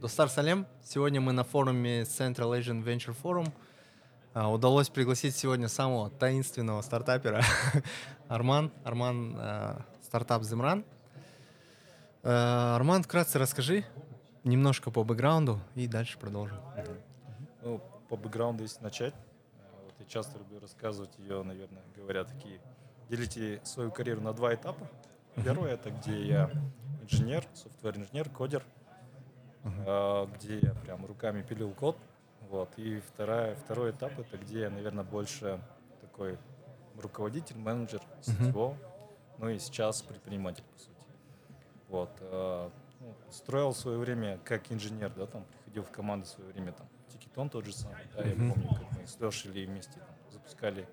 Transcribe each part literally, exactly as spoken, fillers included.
Достар Салем. Сегодня мы на форуме Central Asian Venture Forum. А, Удалось пригласить сегодня самого таинственного стартапера Арман. Арман, а, стартап Земран. А, Арман, вкратце расскажи немножко по бэкграунду и дальше продолжим. Ну, по бэкграунду, если начать, э, вот я часто люблю рассказывать ее, наверное, говорят такие, делите свою карьеру на два этапа. Первый — это где я инженер, софтвер-инженер, кодер, э, где я прям руками пилил код. Вот. И вторая, второй этап — это где я, наверное, больше такой руководитель, менеджер, си ти о, ну и сейчас предприниматель, по сути. Вот. э, ну, строил в свое время как инженер, да, там приходил в команду в свое время, там, Тикетон тот же самый, да, я помню, как мы с Лешей вместе там, запускали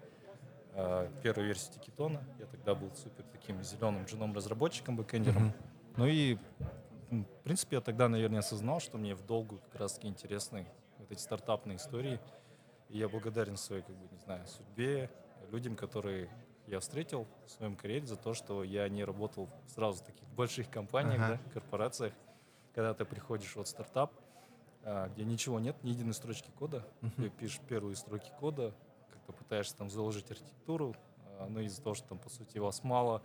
э, первую версию Тикетона. Я тогда был супер таким зеленым джуном-разработчиком, бэкэндером. Ну и, м, в принципе, я тогда, наверное, осознал, что мне в долгу как раз-таки интересны вот эти стартапные истории. И я благодарен своей, как бы, не знаю, судьбе, людям, которые я встретил в своем карьере за то, что я не работал сразу в таких больших компаниях, Ага. да, корпорациях. Когда ты приходишь вот в стартап, а, где ничего нет, ни единой строчки кода, ты пишешь первые строки кода, как-то пытаешься там заложить архитектуру, а, но из-за того, что там, по сути, вас мало,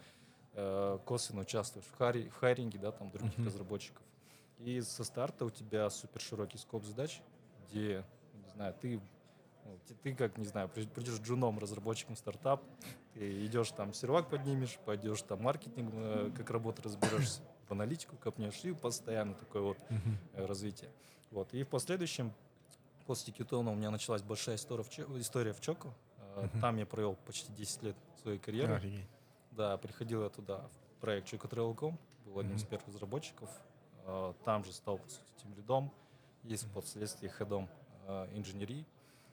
э, косвенно участвуешь в, хари, в хайринге, да, там, других разработчиков. И со старта у тебя супер широкий скоп задач, где, не знаю, ты, ну, ты, ты как, не знаю, при- придешь джуном, разработчиком в стартап, ты идешь там сервак поднимешь, пойдешь там маркетинг, э, как работа разберешься, в аналитику копнешь, и постоянно такое вот э, развитие. Вот. И в последующем, после Тикетона, у меня началась большая история в, Чо- история в Чоко. Э, Там я провел почти десять лет своей карьеры. Офигеть. Да, приходил я туда в проект Choco Travel точка com, был одним из первых разработчиков. Э, Там же стал, по сути, тимлидом и впоследствии хедом э, инженерии.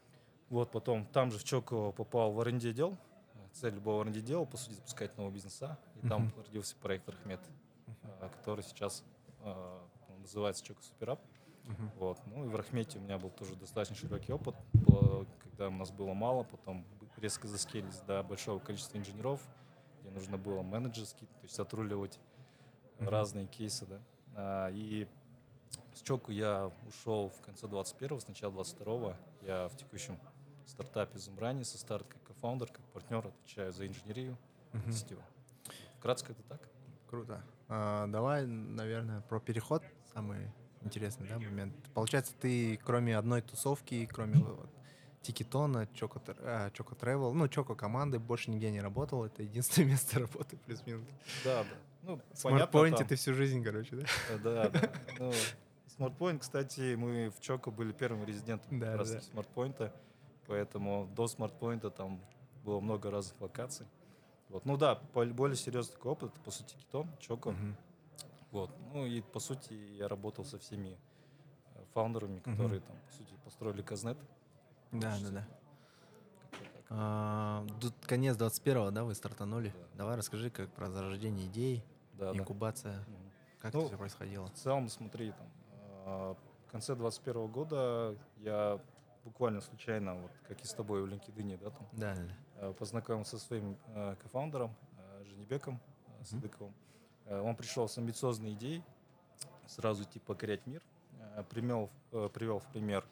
Вот потом там же в Чоко попал в ар энд ди отдел. Э, Цель любого ар энд ди дела, по сути, запускать новые бизнеса. И там родился проект Архмед, э, который сейчас э, называется Choco Super App. Вот. Ну и в Архмете у меня был тоже достаточно широкий опыт, было, когда у нас было мало, потом резко заскелились до большого количества инженеров, где нужно было менеджерский, то есть отруливать разные кейсы, да. А, и с Чоку я ушел в конце двадцать первого, с начала двадцать второго. Я в текущем стартапе Земрани со старта как кофаундер, как партнер отвечаю за инженерию и сетевую. Вкратце это так. Круто. А, давай, наверное, про переход самый интересный, да, момент. Получается, ты кроме одной тусовки, кроме вот, Тикетона, Choco, Tr- а, Choco Travel, ну, Choco команды, больше нигде не работал. Это единственное место работы, плюс-минус. Да, да. Ну, В понятно, SmartPoint там. ты всю жизнь, короче, да? Э, Да, да. Ну, SmartPoint, кстати, мы в Чоко были первыми резидентами как Да, раз да. таки SmartPoint, поэтому до SmartPoint там было много разных локаций. Вот. Ну да, по- более серьезный такой опыт, это, по сути, Кито, Чоко. Вот. Ну и, по сути, я работал со всеми э, фаундерами, которые там, по сути, построили Казнет. Да, да, да. Как-то так. А, тут конец двадцать первого, да, вы стартанули? Да. Давай расскажи, как про зарождение идей, Да, да. инкубация, Мгм. как Ну, это все происходило? В целом, смотри, там, э, в конце двадцать первого года я буквально случайно, вот как и с тобой в LinkedIn, да, там, Да, да, да. э, познакомился со своим э, кофаундером э, Женебеком э, Садыковым. Э, Он пришел с амбициозной идеей сразу идти покорять мир. Э, Примел, э, привел в пример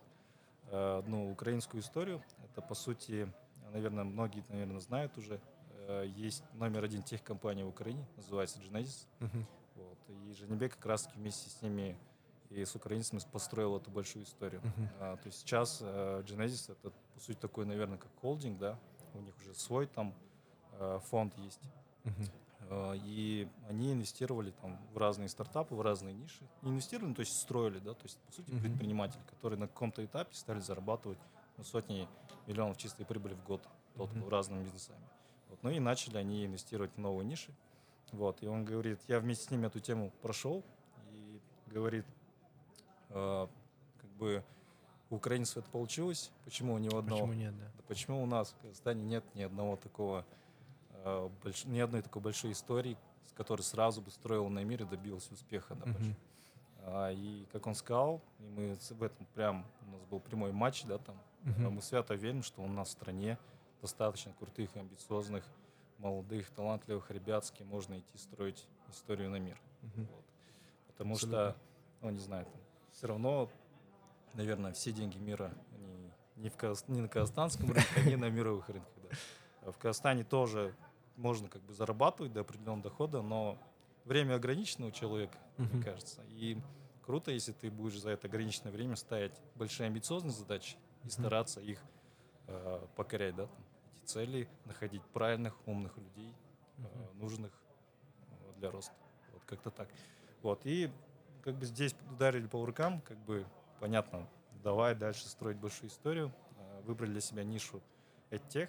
э, одну украинскую историю. Это, по сути, наверное, многие, наверное, знают уже. Э, Есть номер один техкомпания в Украине, называется Genesis. Вот. И Женебек как раз вместе с ними и с украинцами построил эту большую историю. А, то есть сейчас э, Genesis — это, по сути, такой, наверное, как холдинг, да, у них уже свой там э, фонд есть. Э, и они инвестировали там в разные стартапы, в разные ниши. Не инвестировали, то есть строили, да, то есть, по сути, предприниматели, которые на каком-то этапе стали зарабатывать ну, сотни миллионов чистой прибыли в год только разными бизнесами. Вот. Ну и начали они инвестировать в новые ниши. Вот, и он говорит, я вместе с ними эту тему прошел, и говорит, э, как бы у украинцев это получилось, почему у него одного, Почему нет, да? да почему у нас в Казахстане нет ни одного такого, э, больш- ни одной такой большой истории, с которой сразу бы строил на мир и добился успеха, да, большого. А, и как он сказал, и мы с- в этом прям, у нас был прямой матч, да, там, э, мы свято верим, что у нас в стране достаточно крутых, амбициозных, молодых, талантливых ребят, с кем можно идти строить историю на мир. Вот. Потому Абсолютно. что, ну, не знаю, там, все равно, наверное, все деньги мира, они не, в Казах- не на казахстанском рынке, они на мировых рынках. Да. А в Казахстане тоже можно как бы зарабатывать до определенного дохода, но время ограничено у человека, мне Мгм. кажется. И круто, если ты будешь за это ограниченное время ставить большие амбициозные задачи и стараться их э, покорять, да, там, эти цели, находить правильных, умных людей, э, нужных э, для роста. Вот как-то так. Вот, и как бы здесь ударили по рукам, как бы понятно, давай дальше строить большую историю. Э, Выбрали для себя нишу EdTech.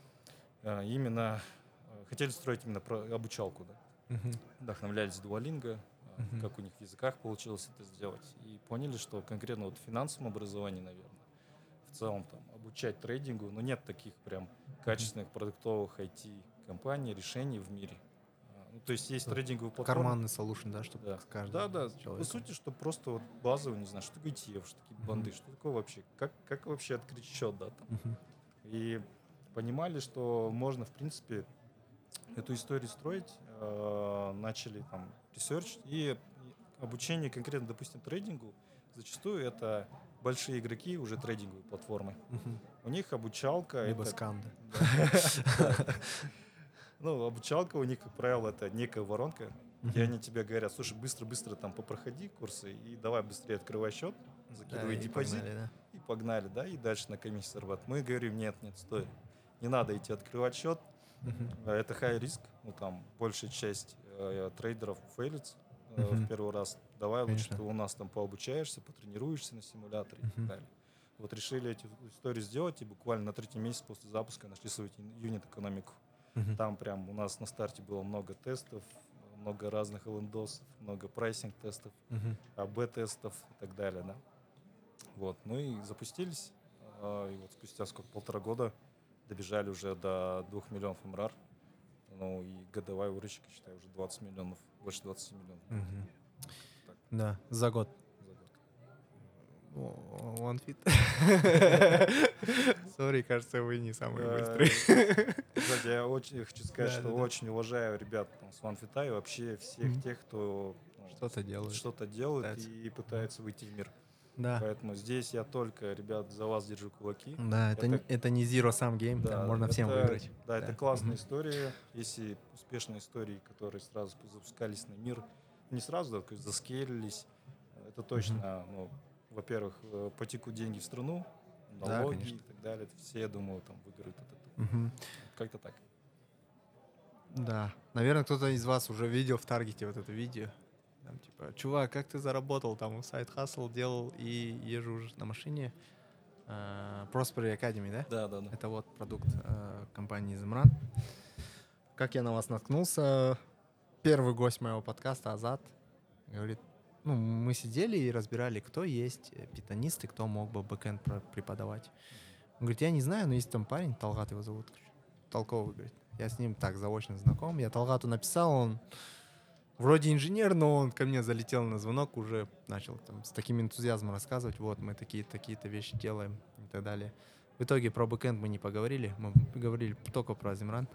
Э, Именно э, хотели строить именно про обучалку, да. Мгм. Вдохновлялись Duolingo, э, Мгм. как у них в языках получилось это сделать. И поняли, что конкретно вот в финансовом образовании, наверное, в целом там обучать трейдингу, но нет таких прям качественных продуктовых ай ти-компаний, решений в мире. А, Ну, то есть есть Тут трейдинговые платформы. Карманный solution, да, чтобы Да. каждый Да, да. По человек. сути, что просто вот базовый, не знаю, что такое и ти эф, что такие Мгм. банды, что такое вообще, как, как вообще открыть счет, да, там. Мгм. И понимали, что можно, в принципе, эту историю строить, э, начали там ресерч и обучение конкретно, допустим, трейдингу, зачастую это большие игроки, уже трейдинговые платформы. Мгм. У них обучалка Либо это... сканды. Да, да. Ну, обучалка у них, как правило, это некая воронка, где Мгм. они тебе говорят, слушай, быстро-быстро там попроходи курсы и давай быстрее открывай счет, Да, закидывай и депозит погнали, да. и погнали, да, и дальше на комиссии зарабатывать. Мы говорим, нет, нет, стой, не надо идти открывать счет, Мгм. э, это high риск, ну там большая часть э, трейдеров фейлится э, в Мгм. первый раз. Давай лучше Конечно. ты у нас там пообучаешься, потренируешься на симуляторе и так Мгм. далее. Вот решили эти истории сделать, и буквально на третий месяц после запуска нашли свою юнит-экономику. Мгм. Там прям у нас на старте было много тестов, много разных лендосов, много прайсинг-тестов, Мгм. а бэ-тестов и так далее, да. Вот, ну и запустились, а, и вот спустя сколько, полтора года добежали уже до двух миллионов эм эр ар, ну и годовая выручка, считаю, уже двадцать миллионов, больше двадцати миллионов Мгм. так, Да, за год. за год. О, OneFit. Сори, кажется, вы не самый быстрый. Э, Кстати, я очень хочу сказать, Да, что да, да. очень уважаю ребят там, с OneFit и вообще всех Мгм. тех, кто ну, Что-то делают. что-то делает Пытаются. и пытается выйти в мир. Да. Поэтому здесь я только, ребят, за вас держу кулаки. Да, это, Это- не- это не zero-sum game, там Да, можно всем это- выиграть. Да, это классная Мгм. история. Если успешные истории, которые сразу запускались на мир, не сразу, да, то есть заскейлились, это точно, ну, во-первых, э, потекут деньги в страну, Да, налоги конечно. и так далее. Все, я думаю, там выиграют от этого. Мгм. Как-то так. Да. Наверное, кто-то из вас уже видел в Таргете вот это видео. Там типа, чувак, как ты заработал? Там сайт хасл делал и езжу уже на машине. А, Prosperity Academy, да? Да, да, да. Это вот продукт э, компании Zimran. Как я на вас наткнулся? Первый гость моего подкаста, Азат, говорит, ну, мы сидели и разбирали, кто есть э, питонисты, кто мог бы бэкэнд про- преподавать. Он говорит, я не знаю, но есть там парень, Талгат его зовут, короче, толковый, говорит. Я с ним так заочно знаком. Я Талгату написал, он вроде инженер, но он ко мне залетел на звонок, уже начал там с таким энтузиазмом рассказывать, вот мы такие-то, такие-то вещи делаем и так далее. В итоге про бэкэнд мы не поговорили, мы говорили только про Zimran.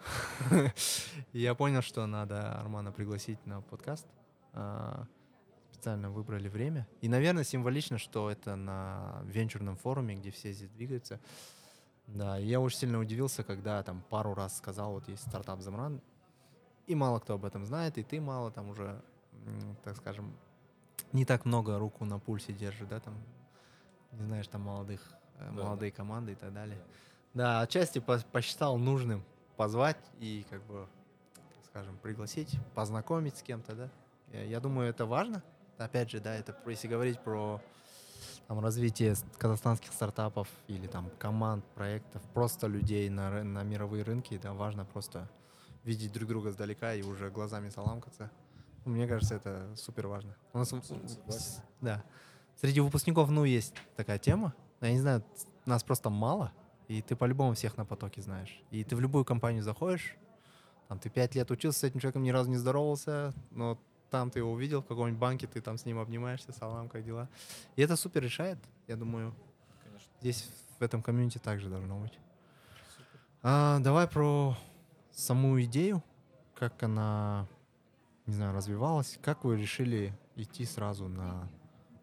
И я понял, что надо Армана пригласить на подкаст. А, Специально выбрали время. И, наверное, символично, что это на венчурном форуме, где все здесь двигаются. Да, и я очень сильно удивился, когда там пару раз сказал, вот есть стартап Zimran, и мало кто об этом знает, и ты мало там уже, м, так скажем, не так много руку на пульсе держишь, да, там, не знаешь, там молодых, э, Да, молодые команды и так далее. Да. Да, отчасти пос- посчитал нужным позвать и, как бы, так скажем, пригласить, познакомить с кем-то, да. Я, я думаю, это важно. Опять же, да, это про- если говорить про там, развитие с- казахстанских стартапов или там команд, проектов, просто людей на, ры- на мировые рынки, да, важно просто видеть друг друга сдалека и уже глазами саламкаться. Ну, мне кажется, это супер важно. У нас, Абсолютно согласен. с- да, среди выпускников, ну, есть такая тема. Я не знаю, нас просто мало, и ты по-любому всех на потоке знаешь. И ты в любую компанию заходишь, там ты пять лет учился, с этим человеком ни разу не здоровался, но там ты его увидел в каком-нибудь банке, ты там с ним обнимаешься, салам, как дела. И это супер решает, я думаю, Конечно. здесь в этом комьюнити также должно быть. Супер. А, давай про саму идею, как она, не знаю, развивалась. Как вы решили идти сразу на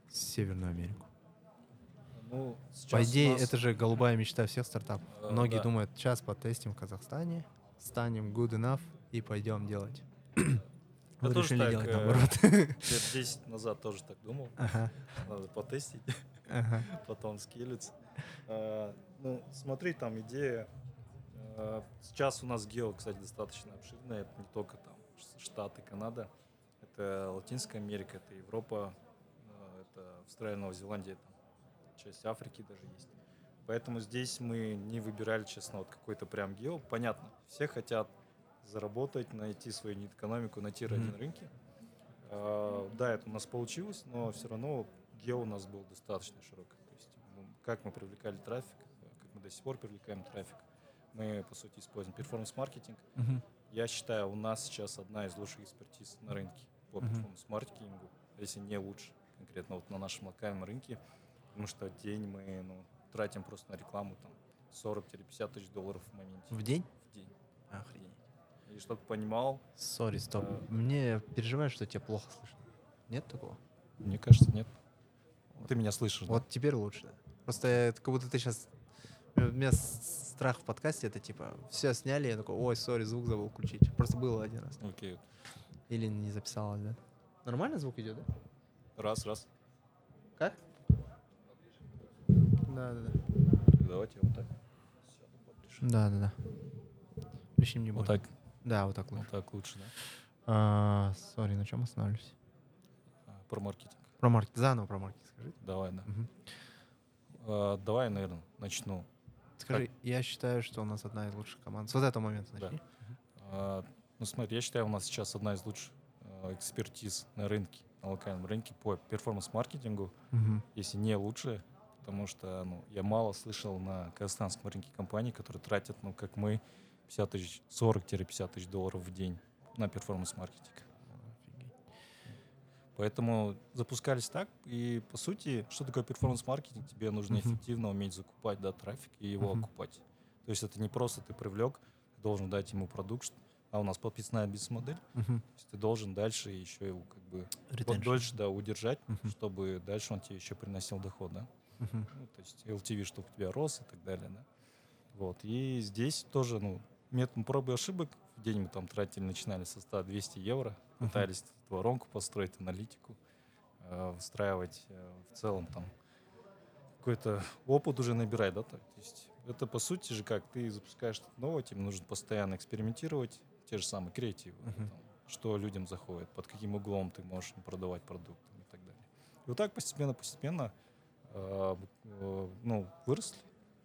Северную Америку. Ну, По сейчас у идее, нас, это же голубая мечта всех стартапов. э, Многие да. думают, сейчас потестим в Казахстане, станем good enough и пойдем делать. Я Вы тоже решили так делать э, наоборот. лет десять назад тоже так думал. Ага, Надо потестить, ага. потом скиллиться. Э, Ну, смотри, там идея. э, Сейчас у нас гео, кстати, достаточно обширная. Это не только там Ш- Штаты, Канада. Это Латинская Америка, это Европа, э, это Австралия, Новая Зеландия, там часть Африки даже есть. Поэтому здесь мы не выбирали, честно, вот какой-то прям гео. Понятно, все хотят заработать, найти свою нит-экономику на тир один Мгм. рынке. А, Да, это у нас получилось, но все равно гео у нас был достаточно широкий. То есть, ну, как мы привлекали трафик, э, как мы до сих пор привлекаем трафик. Мы, по сути, используем перформанс-маркетинг. Мгм. Я считаю, у нас сейчас одна из лучших экспертиз на рынке по Мгм. перформанс-маркетингу, если не лучше, конкретно вот на нашем локальном рынке, потому что в день мы ну, тратим просто на рекламу там сорок-пятьдесят тысяч долларов в моменте. В день? В день. Охренеть. И чтобы ты понимал, Сори, стоп. э, Мне переживаю, что тебя плохо слышно. Нет такого? мне кажется, нет. Ты меня слышишь, да? Вот теперь лучше. Да. Просто я- это как будто ты сейчас... У меня с- страх в подкасте, это типа, все сняли, я такой, ой, сори, звук забыл включить. Просто было один раз. Окей. Или не записалось, да? Нормально звук идет, да? Раз, раз. Как? Да, да, да. Давайте вот так. Сяду поближе. Да, да, да. Лишним не Вот будет. так, Да, вот так лучше. вот так лучше, да? А, Сори, на чем останавливались? А, Про маркетинг. Про маркетинг. Заново про маркетинг скажите. Давай, да. Мгм. А, Давай, наверное, начну. Скажи, я считаю, что у нас одна из лучших команд. С вот этого момента Да. начни. А, Ну, смотри, я считаю, у нас сейчас одна из лучших а, экспертиз на рынке, на локальном рынке по перформанс-маркетингу, Мгм. если не лучшее, потому что ну, я мало слышал на казахстанском рынке компаний, которые тратят, ну, как мы, пятьдесят тысяч, сорок-пятьдесят тысяч долларов в день на перформанс-маркетинг. Офигеть. Поэтому запускались так, и по сути, что такое перформанс-маркетинг? Тебе нужно Мгм. эффективно уметь закупать, да, трафик и его Мгм. окупать. То есть это не просто ты привлек, ты должен дать ему продукт, а у нас подписная бизнес-модель, Мгм. то есть ты должен дальше еще его как бы вот Retention. дольше, да, удержать, Мгм. чтобы дальше он тебе еще приносил доход, да. Мгм. Ну, то есть эл ти ви, чтобы у тебя рос и так далее, да. Вот, и здесь тоже, ну, методом проб и ошибок в день мы там тратили, начинали со ста-двухсот евро, Мгм. пытались воронку построить, аналитику, э, выстраивать э, в целом там какой-то опыт уже набирать, да, так. То есть это по сути же как ты запускаешь что-то новое, тебе нужно постоянно экспериментировать, те же самые креативы, да, Мгм. там, что людям заходит, под каким углом ты можешь им продавать продукт и так далее. И вот так постепенно-постепенно э, б- э, ну, выросли.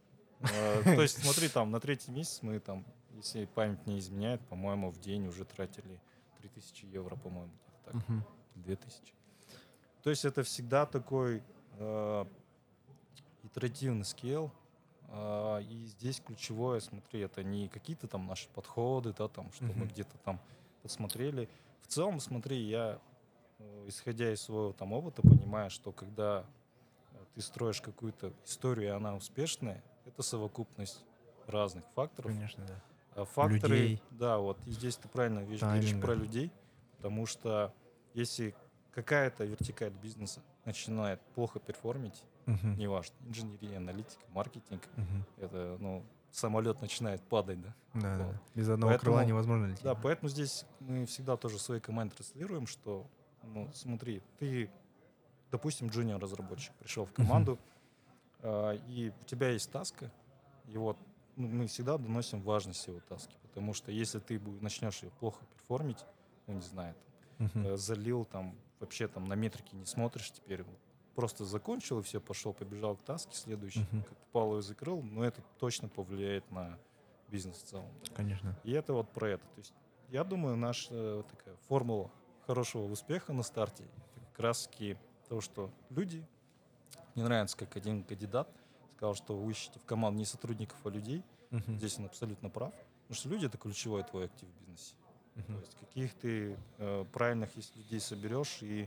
Э, То есть смотри, там на третий месяц мы там, если память не изменяет, по-моему, в день уже тратили три тысячи евро, по-моему, где-то так, Мгм. две тысячи. То есть это всегда такой э, итеративный скейл. а, И здесь ключевое, смотри, это не какие-то там наши подходы, да, там, что мы Мгм. где-то там подсмотрели. В целом, смотри, я, э, исходя из своего там опыта, понимаю, что когда э, ты строишь какую-то историю, и она успешная, это совокупность разных факторов. Конечно, да. А факторы, Людей. да, вот и здесь ты правильно вещь говоришь Тайминга. про людей, потому что если какая-то вертикаль бизнеса начинает плохо перформить, Мгм. неважно, инженерия, аналитика, маркетинг, Мгм. это, ну, самолет начинает падать, да. Да, да, Вот. да. Без одного крыла Поэтому, невозможно лететь. Да, поэтому здесь мы всегда тоже в своей команде транслируем, что, ну, смотри, ты, допустим, джуниор-разработчик, пришел в команду, а, и у тебя есть таска, и вот ну, мы всегда доносим важность его таски, потому что если ты бу- начнешь ее плохо перформить, ну, не знаю, там, Мгм. э, залил, там, вообще там на метрики не смотришь теперь, вот, просто закончил и все, пошел, побежал к таске следующий, Мгм. как попало и закрыл, но это точно повлияет на бизнес в целом. Да. Конечно. И это вот про это. То есть я думаю, наша э, такая формула хорошего успеха на старте, это как раз таки то, что люди, мне нравится, как один кандидат сказал, что вы ищете в команду не сотрудников, а людей. Мгм. Здесь он абсолютно прав. Потому что люди — это ключевой твой актив в бизнесе. Мгм. То есть каких ты э, правильных если людей соберешь и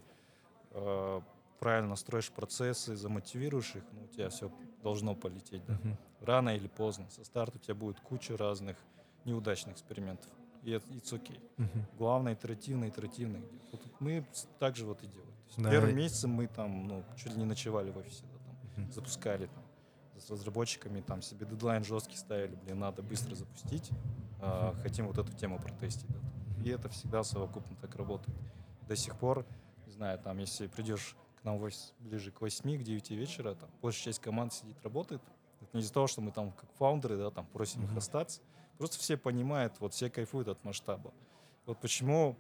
э, правильно строишь процессы, замотивируешь их, ну, у тебя все должно полететь. Да? Мгм. Рано или поздно. Со старта у тебя будет куча разных неудачных экспериментов. И это it's okay. Мгм. Главное, итеративно, итеративно. Вот мы с- так же вот и делаем. То Да. Первые месяцы мы там, ну, чуть ли не ночевали в офисе, да, там, Мгм. запускали там, с разработчиками, там себе дедлайн жесткий ставили, блин, надо быстро запустить, а, хотим вот эту тему протестить, да, там. И это всегда совокупно так работает. До сих пор, не знаю, там, если придешь к нам в офис ближе к восьми, к девяти вечера, там, большая часть команд сидит, работает. Это не из-за того, что мы там как фаундеры, да, там, просим их Мгм. остаться. Просто все понимают, вот все кайфуют от масштаба. Вот почему,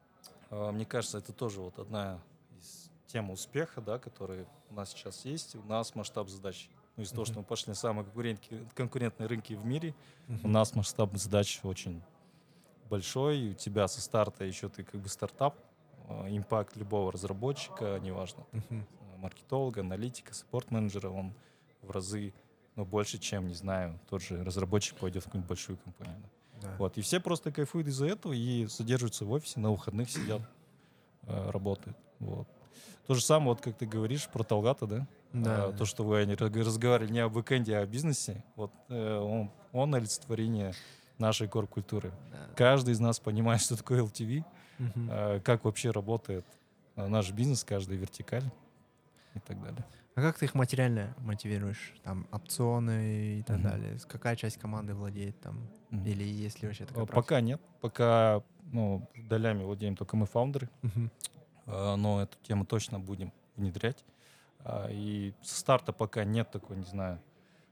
а, мне кажется, это тоже вот одна из тем успеха, да, которые у нас сейчас есть. У нас масштаб задач. Ну, из-за того, что Мгм. мы пошли на самые конкурентки- конкурентные рынки в мире, у Мгм. нас масштаб задач очень большой. И у тебя со старта еще ты как бы стартап. а, Импакт любого разработчика, неважно, там, Мгм. э, маркетолога, аналитика, саппорт-менеджера, он в разы, ну, больше, чем, не знаю, тот же разработчик пойдет в какую-нибудь большую компанию. Да. Да. Вот. И все просто кайфуют из-за этого и содержатся в офисе, на выходных сидят, э, работают. Вот. То же самое, вот как ты говоришь про Талгата, да? Да, А, да. то, что вы они разг- разговаривали не о бэкэнде, а о бизнесе, вот э, он, он олицетворение нашей корп-культуры. Да. Каждый из нас понимает, что такое эл ти ви, Мгм. э, как вообще работает э, наш бизнес, каждая вертикаль и так далее. А как ты их материально мотивируешь? Там опционы и так Мгм. далее. С- Какая часть команды владеет там? Мгм. Или есть ли вообще такая Э, практика? Пока нет, пока ну, долями владеем только мы, фаундеры, Мгм. э, но эту тему точно будем внедрять. А, И со старта пока нет такой, не знаю,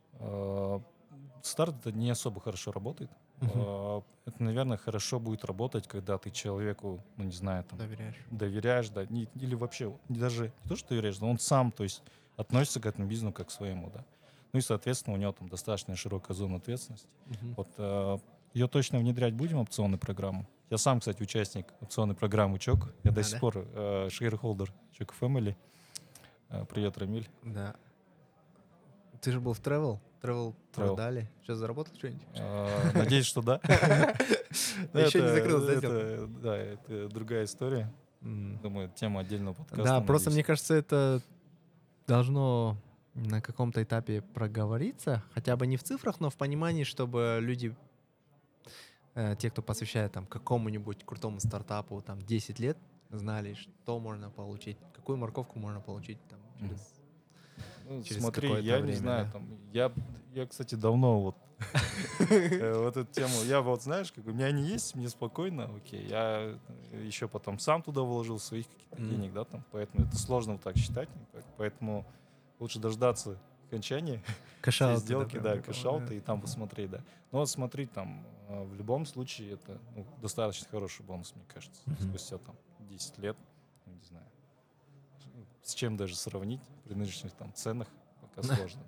э, старт это не особо хорошо работает. Мгм. Э, Это, наверное, хорошо будет работать, когда ты человеку, ну не знаю, там, Доверяешь. доверяешь, да, не- или вообще не даже не то, что доверяешь, но он сам, то есть относится к этому бизнесу как к своему, да. Ну и, соответственно, у него там достаточно широкая зона ответственности. Мгм. Вот э, ее точно внедрять будем, опционную программу. Я сам, кстати, участник опционной программы ЧОК. Я до А, сих да? пор э, шейрхолдер ЧОК Family. Э, привет, Рамиль. Да. Ты же был в Travel? Travel Travel. продали. Что, заработал что-нибудь? Э, Надеюсь, что да. Но Еще не это, закрылся, да, сделка? это, да, это другая история. М. Думаю, тема отдельного подкаста. Да, просто мне надеюсь. кажется, это должно на каком-то этапе проговориться, хотя бы не в цифрах, но в понимании, чтобы люди, э, те, кто посвящает там какому-нибудь крутому стартапу там десять лет, знали, что можно получить, какую морковку можно получить там Мгм. через, Ну, через смотри, какое-то я не время, знаю, да. там, я, я, кстати, давно вот э, вот эту тему, я вот, знаешь, как у меня они есть, мне спокойно, окей, я э, еще потом сам туда вложил своих каких-то Мгм. денег, да, там, поэтому это сложно вот так считать, никак. Поэтому лучше дождаться окончания всей Кэшауты, да, сделки, прям да, такого, кэшаута да. и там посмотреть, да. Но вот смотри, там, э, в любом случае это ну, достаточно хороший бонус, мне кажется, Мгм. спустя там десять лет, ну, не знаю, с чем даже сравнить при нынешних там ценах, пока сложно.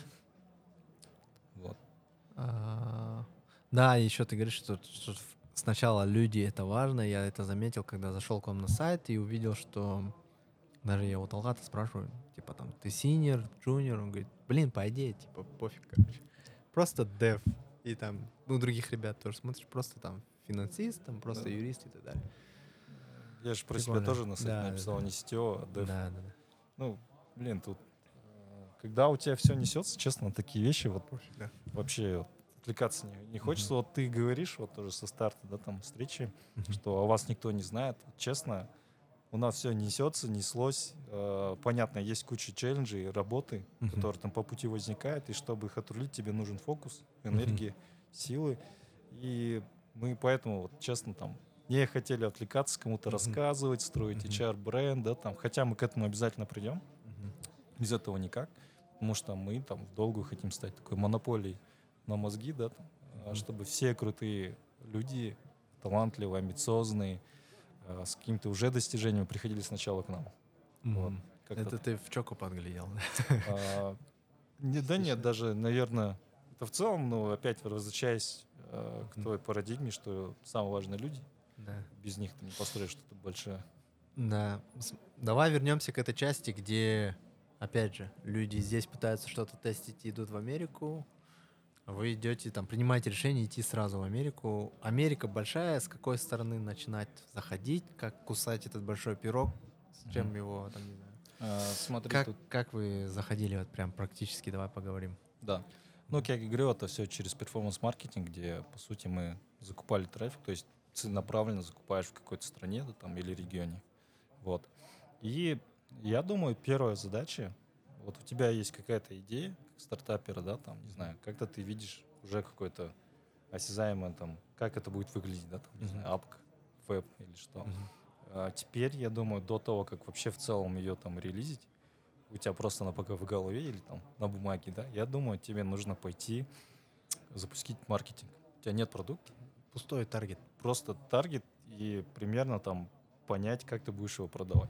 Вот. А, Да, еще ты говоришь, что, что в- сначала люди это важно. Я это заметил, когда зашел к вам на сайт и увидел, что даже я у Талгата спрашиваю, типа там, ты синьор, джуниор? Он говорит, блин, по идее, типа, пофиг, короче. Просто дев. И там, ну, других ребят тоже смотришь, просто там финансист, там просто Да. юрист и так далее. Я же про себя Прикольно. тоже на сайте Да, да, написал, да. не сетево, а дев. Да, да, да. Ну, блин, тут, э, когда у тебя все несется, честно, на такие вещи вот Пофиг, да. вообще вот отвлекаться не, не хочется. Вот ты говоришь, вот тоже со старта, да, там, встречи, Мгм. что о вас никто не знает. Вот честно, у нас все несется, неслось. Э, понятно, есть куча челленджей, работы, Мгм. которые там по пути возникают, и чтобы их отрулить, тебе нужен фокус, энергия, силы. И мы поэтому, вот, честно, там, не хотели отвлекаться, кому-то Мгм. рассказывать, строить Мгм. эйч ар-бренд, да, там, хотя мы к этому обязательно придем, Мгм. без этого никак, потому что мы там в долгую хотим стать такой монополией на мозги, да, там, а, Мгм. чтобы все крутые люди, талантливые, амбициозные, а, с какими-то уже достижениями приходили сначала к нам. Вот, Мгм. как-то Это так. ты в чоку подглядел, да? А, не- да нет, Частично. даже, наверное, это в целом, ну, опять возвращаясь э, к Мгм. той парадигме, что самые важные люди, Да. без них ты не построишь что-то большое. Да. С- Давай вернемся к этой части, где, опять же, люди здесь пытаются что-то тестить и идут в Америку. а Вы идете, там, принимаете решение идти сразу в Америку. Америка большая, с какой стороны начинать заходить, как кусать этот большой пирог, с чем Мгм. его, там, не знаю. А, смотри, Как, тут, как вы заходили вот прям практически, давай поговорим. да. Ну, как я и говорил, это все через перформанс-маркетинг, где, по сути, мы закупали трафик, то есть целенаправленно закупаешь в какой-то стране, да, там, или регионе. Вот. И Я думаю, первая задача, вот у тебя есть какая-то идея, как стартапера, да, там, не знаю, как-то ты видишь уже какой-то осязаемое, там, как это будет выглядеть, да, там, не Мгм. знаю, апка, веб или что. Мгм. А теперь, я думаю, до того, как вообще в целом ее там релизить, у тебя просто она пока в голове или там на бумаге, да, я думаю, тебе нужно пойти запустить маркетинг. У тебя нет продукта, Пустой таргет. просто таргет и примерно там понять, как ты будешь его продавать.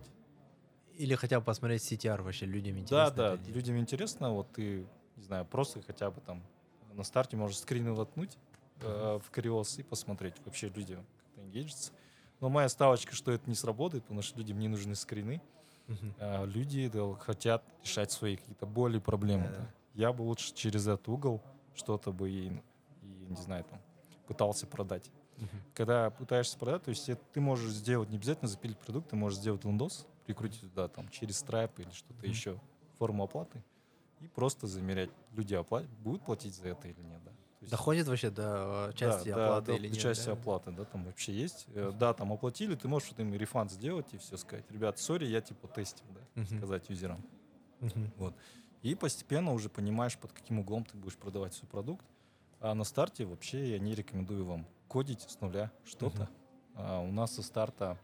Или хотя бы посмотреть си ти ар вообще, людям Да, интересно да, это или нет. людям интересно, вот ты, не знаю, просто хотя бы там на старте можешь скрины воткнуть э, в Кариос и посмотреть, вообще люди как-то энгейджатся. Но моя ставочка, что это не сработает, потому что людям не нужны скрины. Мгм. А люди да, хотят решать свои какие-то боли, проблемы. Да-да. Да. Я бы лучше через этот угол что-то бы и, и, не знаю, там, пытался продать. Мгм. Когда пытаешься продать, то есть это ты можешь сделать, не обязательно запилить продукт, ты можешь сделать лендос, прикрутить туда там через Stripe или что-то Мгм. еще, форму оплаты, и просто замерять, люди опла- будут платить за это или нет. Да? То есть, Доходит вообще до э, части да, да, оплаты до, или до нет? части Да? оплаты, да, там вообще есть. Э, Да, там оплатили, ты можешь им рефанд сделать и все сказать. Ребят, сори, я типа тестим, да, Мгм. сказать юзерам. Мгм. Вот. И постепенно уже понимаешь, под каким углом ты будешь продавать свой продукт. А на старте вообще я не рекомендую вам кодить с нуля что-то. Мгм. А, у нас со старта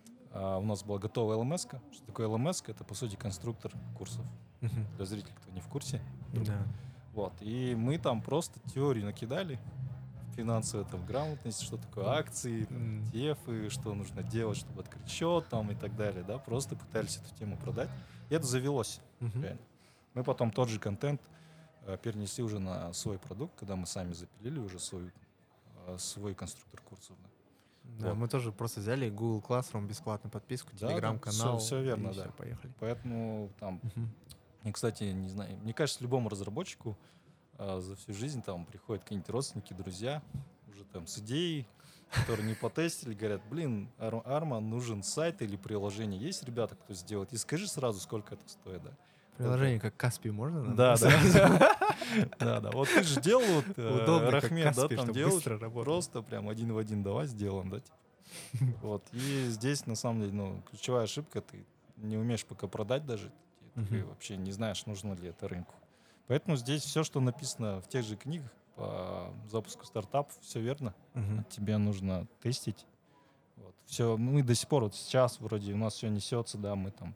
а, у нас была готовая эл эм эс. Что такое эл эм эс? Это, по сути, конструктор курсов. Мгм. Для зрителей, кто не в курсе. вдруг. Да. Вот. И мы там просто теорию накидали. Финансовая там грамотность, что такое акции, там, М. и ти эф, что нужно делать, чтобы открыть счет там и так далее. Да? Просто пытались эту тему продать. И это завелось. Мгм. Реально. Мы потом тот же контент э, перенесли уже на свой продукт, когда мы сами запилили уже свой, э, свой конструктор курсов. Да. Да, Вот. мы тоже просто взяли Google Classroom, бесплатную подписку, Да, да, телеграм-канал, все, все верно, и да. все, поехали. Поэтому там, Мгм. и, кстати, не знаю, мне кажется, любому разработчику э, за всю жизнь там приходят какие-нибудь родственники, друзья, уже там с идеей, которые не потестили, говорят, блин, Ар- Арма, нужен сайт или приложение. Есть ребята, кто сделает? И скажи сразу, сколько это стоит, да. Приложение как Каспий можно нам Да, сразу? да. Да, да. Вот ты же делал, вот, э, Удобно, как Рахмет, да, Каспий, там чтобы делал. быстро работало. Просто прям один в один давай сделаем, да, типа. Вот. И здесь, на самом деле, ну, ключевая ошибка, ты не умеешь пока продать даже, ты Мгм. вообще не знаешь, нужно ли это рынку. Поэтому здесь все, что написано в тех же книгах по запуску стартапов, все верно. Мгм. Тебе нужно тестить. Вот. Все, мы до сих пор, вот сейчас вроде у нас все несется, да, мы там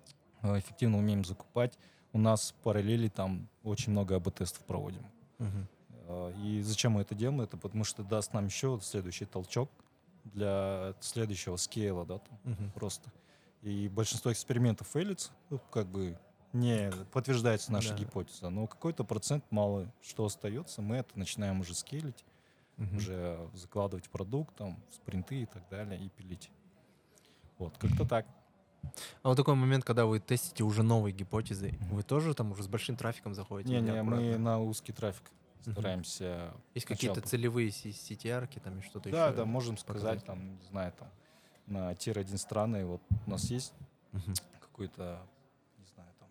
э, эффективно умеем закупать. У нас параллели там очень много эй би тестов проводим. Мгм. Э, И зачем мы это делаем? Это потому что даст нам еще следующий толчок для следующего скейла, да, там Мгм. просто. И большинство экспериментов фейлится, ну, как бы не подтверждается наша Да. гипотеза, но какой-то процент мало что остается, мы это начинаем уже скейлить, Мгм. уже закладывать в продукт, там, в спринты и так далее, и пилить. Вот, как-то так. А вот такой момент, когда вы тестите уже новые гипотезы, Мгм. вы тоже там уже с большим трафиком заходите или Не-не, мы аккуратно? на узкий трафик Мгм. стараемся. Есть сначала какие-то по- целевые си ти ар-ки там и что-то Да, еще? да, можем сказать, показать? там, не знаю, там, на тир один страны, вот у нас есть Мгм. какой-то, не знаю, там,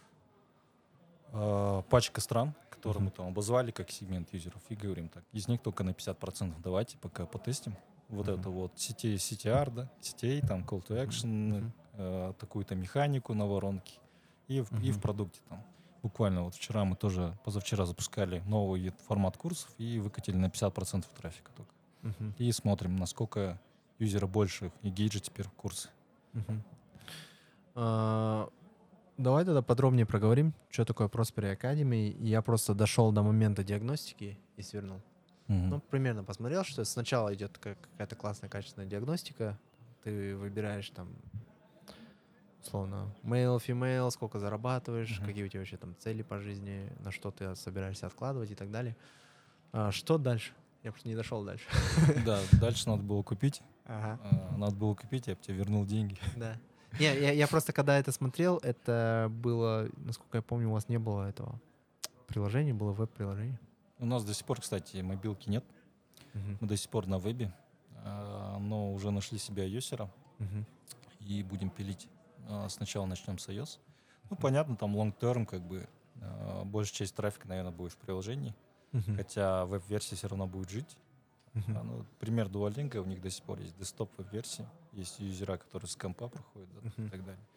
э, пачка стран, которые мы Мгм. там обозвали как сегмент юзеров, и говорим так, из них только на пятьдесят процентов давайте пока потестим. Вот Мгм. это вот сетей, си ти ар, да, сетей, там, call to action, Мгм. э, такую-то механику на воронке, и в, и в Мгм. продукте там. Буквально вот вчера мы тоже, позавчера запускали новый вид- формат курсов и выкатили на пятьдесят процентов трафика только. Мгм. И смотрим, насколько юзера больше и гейджа теперь в курсы. Мгм. А, Давай тогда подробнее проговорим, что такое Prosperity Academy. И Я просто дошел до момента диагностики и свернул. Мгм. Ну, примерно посмотрел, что сначала идет как- какая-то классная, качественная диагностика. Ты выбираешь там, условно, male, female, сколько зарабатываешь, Мгм. какие у тебя вообще там цели по жизни, на что ты собираешься откладывать и так далее. А что дальше? Я просто не дошел дальше. Да, дальше надо было купить. Ага. А, Надо было купить, я бы тебе вернул деньги. Да. Не, я, я просто когда это смотрел, это было, насколько я помню, у вас не было этого приложения, было веб-приложение. У нас до сих пор, кстати, мобилки нет. Мгм. Мы до сих пор на вебе, а, но уже нашли себе iOS Мгм. и будем пилить. А, Сначала начнем с iOS. Ну, понятно, там long-term, как бы, а, большая часть трафика, наверное, будет в приложении. Мгм. Хотя веб-версия все равно будет жить. Мгм. А, ну, пример Duolingo, у них до сих пор есть десктоп веб-версии. Есть юзера, которые с компа проходят, да, и Мгм. так далее.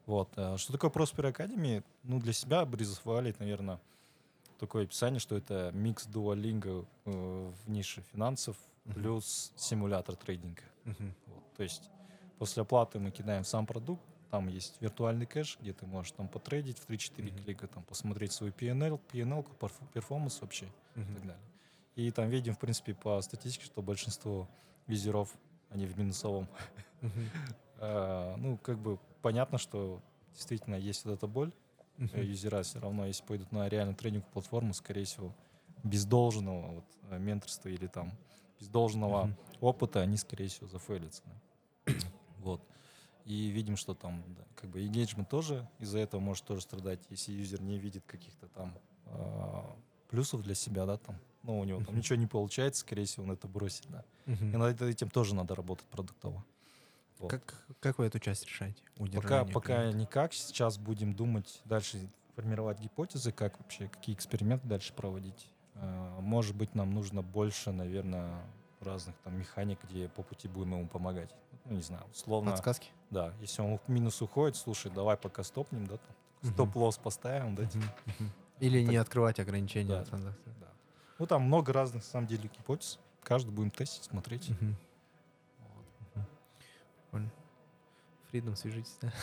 Вот. э, Что такое Prosper Academy? Ну, для себя обрисовали, наверное, такое описание, что это микс Duolingo э, в нише финансов Мгм. плюс симулятор трейдинга. Мгм. Вот. То есть после оплаты мы кидаем сам продукт, там есть виртуальный кэш, где ты можешь там потрейдить в три-четыре Мгм. клика, там посмотреть свой пи эн эл, пи эн эл, перф- перформанс вообще и Мгм. так далее. И там видим, в принципе, по статистике, что большинство визеров, они в минусовом. Мгм. А, Ну, как бы понятно, что действительно есть вот эта боль. Э, Мгм. Юзера все равно, если пойдут на реальную тренинговую платформу, скорее всего, без должного вот, э, менторства или там без должного Мгм. опыта, они, скорее всего, зафейлятся. Да. Вот. И видим, что там да, как бы engagement тоже из-за этого может тоже страдать, если юзер не видит каких-то там а, плюсов для себя, да, там, ну, у него там Мгм. ничего не получается, скорее всего, он это бросит, да. И Мгм. над этим тоже надо работать продуктово. Вот. Как, как вы эту часть решаете? Пока, Удержание пока клиента? никак. Сейчас будем думать дальше, формировать гипотезы, как вообще, какие эксперименты дальше проводить. А, Может быть, нам нужно больше, наверное, разных там механик, где по пути будем ему помогать. Ну, не знаю, условно, Подсказки? да, если он в минус уходит, слушай, давай пока стопнем, да, там, Мгм. стоп-лосс поставим, да, типа, Мгм. Мгм. Или так, не открывать ограничения да, на транзакции? да. Ну, там много разных, на самом деле, гипотез. Каждый будем тестить, смотреть. Мгм. Вот. Мгм. Прикольно. Фридом, свяжитесь, да?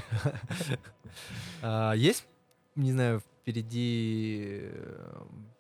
А, Есть, не знаю, впереди э,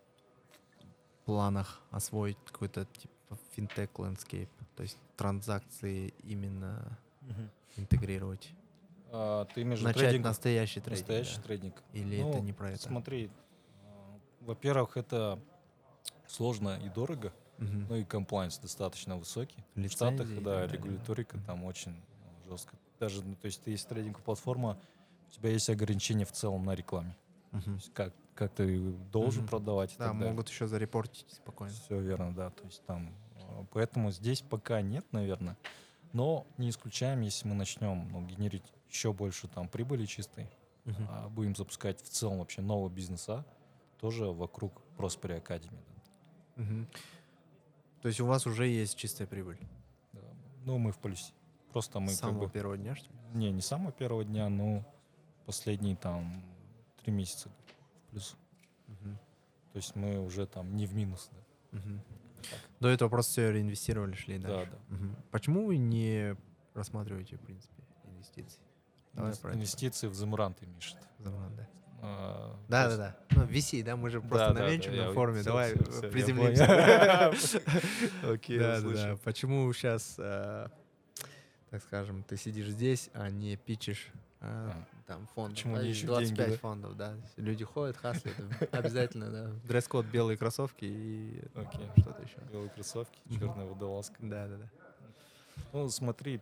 в планах освоить какой-то типа финтех landscape, то есть транзакции именно Мгм. интегрировать? А, ты имеешь в виду Начать трейдинг? настоящий трейдинг, Настоящий да? трейдинг. Или это Ну, не про это? смотри, а, во-первых, это сложно и дорого, Мгм. ну и комплайнс достаточно высокий. В Штатах, Лицензии и да, так далее, да. регуляторика Мгм. там очень ну, жестко. Даже, ну, то есть ты есть трейдинговая платформа, у тебя есть ограничения в целом на рекламе. То Мгм. есть как, как ты должен Мгм. продавать и Да, так далее. могут еще зарепортить спокойно. Все верно, да. То есть там, а, поэтому здесь пока нет, наверное. Но не исключаем, если мы начнем ну, генерить еще больше там прибыли чистой, Мгм. а, будем запускать в целом вообще нового бизнеса, тоже вокруг Prosper Academy. Да. Мгм. То есть у вас уже есть чистая прибыль Да. Ну, мы в плюсе. Просто мы с как самого бы... первого дня, что ли? Не, не с самого первого дня, но последние там три месяца в плюс. Мгм. То есть мы уже там не в минус. Да. Мгм. Так. До этого просто все реинвестировали, шли Да, дальше. да. Мгм. Почему вы не рассматриваете, в принципе, инвестиции? Давай Инвес- про это. Инвестиции в Замран ты имеешь в виду? Замран, да. А, то Да, да, есть- да. Ну, ви си, да, мы же просто Да, на да, да, венчурном я форуме. все, Давай все, э, все, я приземлимся. понял. Окей, Да, да, услышал. да. Почему сейчас, так скажем, ты сидишь здесь, а не питчишь а, А, там фондом? Почему Да, не есть ищу двадцать деньги, пять да? фондов, да. Люди ходят, хаслят. Обязательно, да. Дресс-код белые кроссовки и Окей. что-то еще. Белые кроссовки, Мгм. черная водолазка. Да, да, да. Ну, смотри,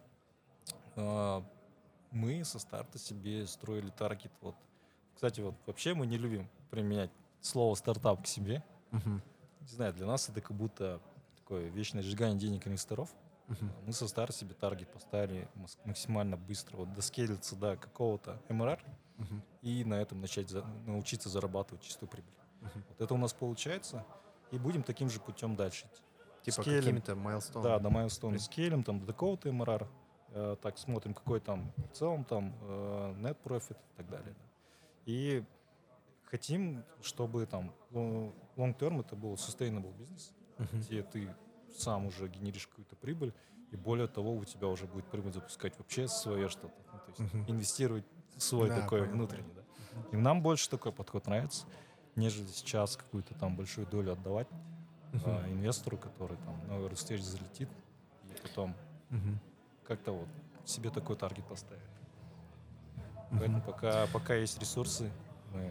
а, мы со старта себе строили таргет. Вот. Кстати, вот вообще мы не любим применять слово стартап к себе. Мгм. Не знаю, для нас это как будто такое вечное сжигание денег инвесторов. Мгм. Мы со старта себе таргет поставили мас- максимально быстро, вот доскейлиться до какого-то эм эр ар Мгм. и на этом начать за- научиться зарабатывать чистую прибыль. Мгм. Вот это у нас получается, и будем таким же путем дальше идти. Типа Скейлим. какими-то майлстоунами. Да, до майлстоуна Блин. скейлим, там до такого-то эм эр ар, э, так смотрим, какой там в целом там э, net profit и так далее. Да. И хотим, чтобы там ло- long term это был sustainable бизнес, Мгм. где ты сам уже генеришь какую-то прибыль, и более того, у тебя уже будет прибыль запускать вообще свое что-то. Ну, то есть Мгм. инвестировать в свой Да, такой понял, внутренний. Да. И нам больше такой подход нравится, нежели сейчас какую-то там большую долю отдавать а, инвестору, который там на early stage залетит, и потом Мгм. как-то вот себе такой таргет поставили. Мгм. Поэтому пока, пока есть ресурсы, мы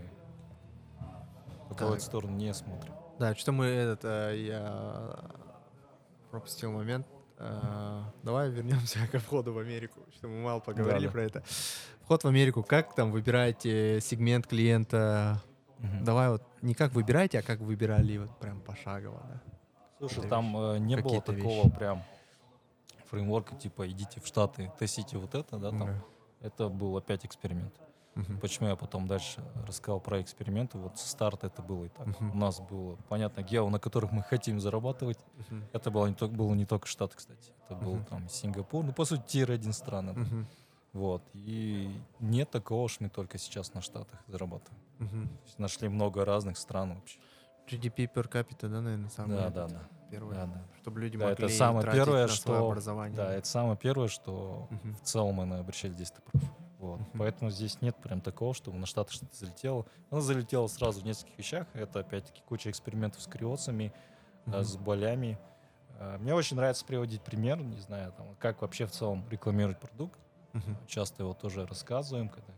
пока в Так. эту сторону не смотрим. Да, что мы этот, э, я пропустил момент. Э, Давай вернемся ко входу в Америку, что мы мало поговорили Да, да. про это. Вход в Америку, как там выбираете сегмент клиента? Мгм. Давай вот не как выбираете, а как выбирали вот прям пошагово, да? Слушай, Какие-то там вещи. э, не было Какие-то такого вещи. прям фреймворка, типа идите в Штаты, тестите вот это, да, там. Да. Это был опять эксперимент. Мгм. Почему я потом дальше рассказал про эксперименты, вот со старта это было и так. Мгм. У нас было, понятно, гео, на которых мы хотим зарабатывать. Мгм. Это было не только, было не только Штаты, кстати. Это был Мгм. там Сингапур, ну, по сути, тир один страны. Да. Мгм. Вот. И нет такого, что мы только сейчас на Штатах зарабатываем. Мгм. То есть нашли много разных стран вообще. джи ди пи per capita, да, наверное, самый Да, этот да, да. первый, Да, да. чтобы люди Да, это могли самое тратить первое, на свое что... образование. Да, это самое первое, что Мгм. в целом мы обращали здесь прав. Вот. Мгм. Поэтому здесь нет прям такого, чтобы на Штаты что-то залетело. Оно залетело сразу в нескольких вещах. Это, опять-таки, куча экспериментов с криоцами, Мгм. э, с болями. Э, Мне очень нравится приводить пример, не знаю, там, как вообще в целом рекламировать продукт. Мгм. Часто его тоже рассказываем, когда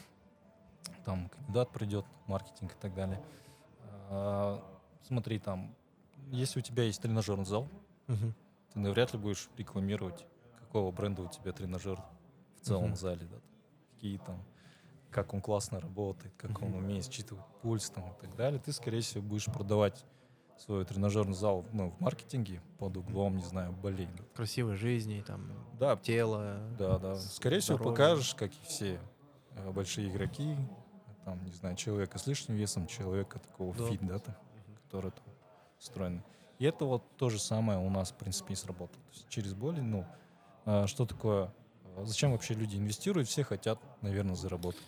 там кандидат придет, маркетинг и так далее. А, Смотри, там, если у тебя есть тренажерный зал, Мгм. ты навряд ли будешь рекламировать, какого бренда у тебя тренажер в целом Мгм. зале, да, там, какие там, как он классно работает, как он Мгм. умеет считывать пульс там, и так далее. Ты, скорее всего, будешь продавать свой тренажерный зал, ну, в маркетинге под углом, не знаю, болей. Да, Красивой жизни, там, да, тело, да, да. с- Скорее всего, здоровье. покажешь, как и все э, большие игроки, там, не знаю, человека с лишним весом, человека такого Да. фит, да, там, который там встроен. И это вот то же самое у нас, в принципе, и сработало. То есть через боли, ну, а, что такое, а, зачем вообще люди инвестируют? Все хотят, наверное, заработать.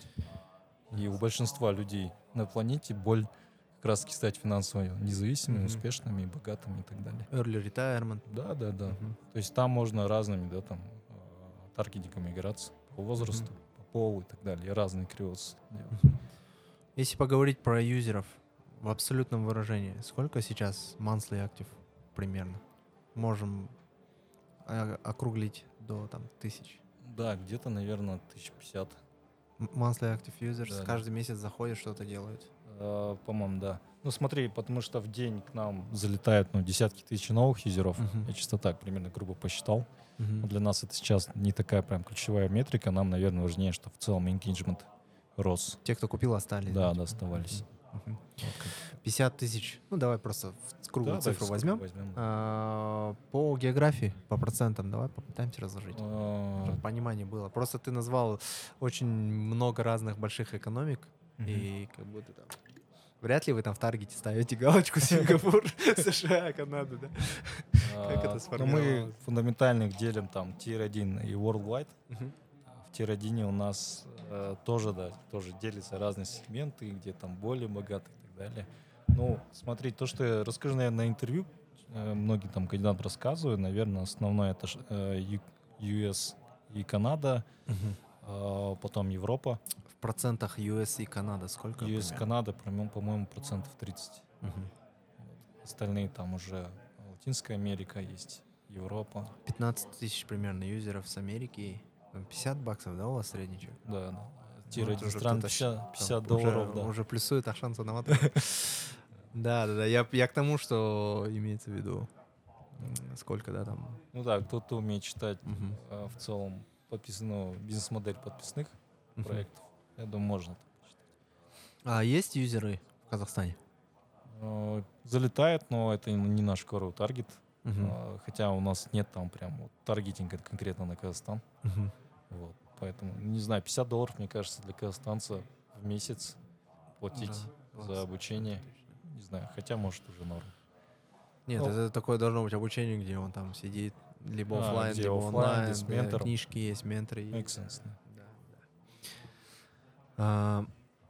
И у большинства людей на планете боль как раз-таки стать финансово независимыми, Мгм. успешными, богатыми и так далее. Early retirement. Да, да, да. Мгм. То есть там можно разными, да, там, а, таргетиками играться по возрасту, по полу и так далее. И разные криосы делать. Мгм. Если поговорить про юзеров в абсолютном выражении, сколько сейчас monthly active примерно? Можем а, округлить до там тысяч. Да, где-то, наверное, тысяч пятьдесят. М- Monthly active users Да, да. каждый месяц заходят, что-то делают. Э, По-моему, да. Ну смотри, потому что в день к нам залетают, ну, десятки тысяч новых юзеров. Мгм. Я чисто так примерно грубо посчитал. Мгм. Но для нас это сейчас не такая прям ключевая метрика. Нам, наверное, важнее, что в целом engagement рос. Те, кто купил, остались. Да, да, типа? оставались. Мгм. Вот как. пятьдесят тысяч. Ну, давай просто в круглую Да, да, цифру сколько возьмем. возьмем. А, по географии, по процентам, давай попытаемся разложить. Э, Чтобы понимание было. Просто ты назвал очень много разных больших экономик, мгм. и как будто там... Вряд ли вы там в таргете ставите галочку Сингапур, США, Канада, да? Как это А, ну, мы сформировалось? фундаментально их делим там тир один и worldwide. Мгм. В тир один у нас э, тоже, да, тоже делятся разные сегменты, где там более богатые и так далее. Ну, смотри, то, что я расскажу, наверное, на интервью, э, многие там кандидаты рассказывают, наверное, основное это ж, э, Ю- ю эс и Канада, Мгм. э, потом Европа. В процентах ю эс и Канада сколько ю эс, примерно? Канада, по-моему, по-моему, процентов тридцать. Мгм. Вот. Остальные там уже Латинская Америка есть, Европа. пятнадцать тысяч примерно юзеров с Америки. Там пятьдесят баксов, да, у вас средний чек? Да, да. Ну, Тир это один уже стран кто-то щ- пятьдесят, там пятьдесят уже, долларов, да. уже плюсует, а шанса наматывает. Да, да, да. Я, я к тому, что имеется в виду. м, Сколько, да, там. Ну да, кто-то умеет читать Мгм. э, в целом подписанную бизнес-модель подписных Мгм. проектов. Я думаю, можно так посчитать. А есть юзеры в Казахстане? Э, Залетает, но это не наш core таргет. Мгм. Э, Хотя у нас нет там прям вот таргетинга конкретно на Казахстан. Мгм. Вот. Поэтому, не знаю, пятьдесят долларов, мне кажется, для казахстанца в месяц платить Да, за класс. обучение. Отлично. Не знаю, хотя может уже норм. Нет, Ну, это такое должно быть обучение, где он там сидит либо А, оффлайн, где либо оффлайн, онлайн, где с да, ментором. книжки есть, менторы Make есть. sense, да. Да, да. А,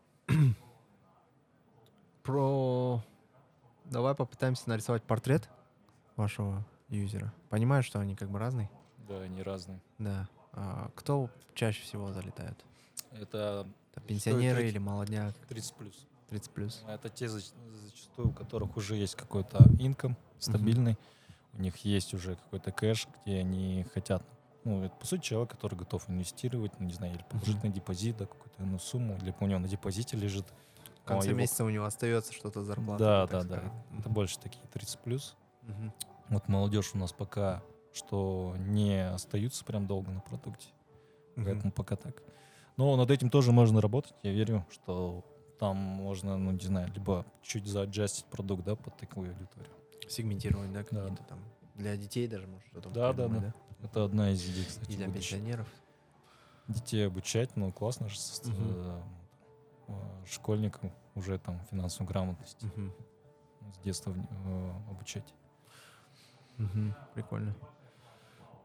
про... Давай попытаемся нарисовать портрет вашего юзера. Понимаю, что они как бы разные. Да, они разные. Да. А кто чаще всего залетает? Это Это пенсионеры тридцать или молодняк? тридцать плюс. тридцать плюс. Это те, зач- зачастую, у которых уже есть какой-то инком стабильный, у них есть уже какой-то кэш, где они хотят, ну, это, по сути, человек, который готов инвестировать, ну, не знаю, или положить Мгм. на депозит, да, какую-то ну, сумму, или у него на депозите лежит. В конце а его- месяца у него остается что-то зарплата. Да, так да, да. сказать. Это больше такие тридцать плюс. Мгм. Вот молодежь у нас пока что не остаются прям долго на продукте. Мгм. Поэтому пока так. Но над этим тоже можно работать. Я верю, что там можно, ну, не знаю, либо чуть зааджастить продукт, да, под такую аудиторию. Сегментировать, да, Да. какие-то там. Для детей даже, может, что-то Да, да, придумать, да. да? Это одна из идей, кстати, И для будущего. пенсионеров. Детей обучать, ну, классно же, с- Мгм. э, э, школьникам уже там финансовую грамотность Мгм. с детства в- э, обучать. Мгм. Прикольно.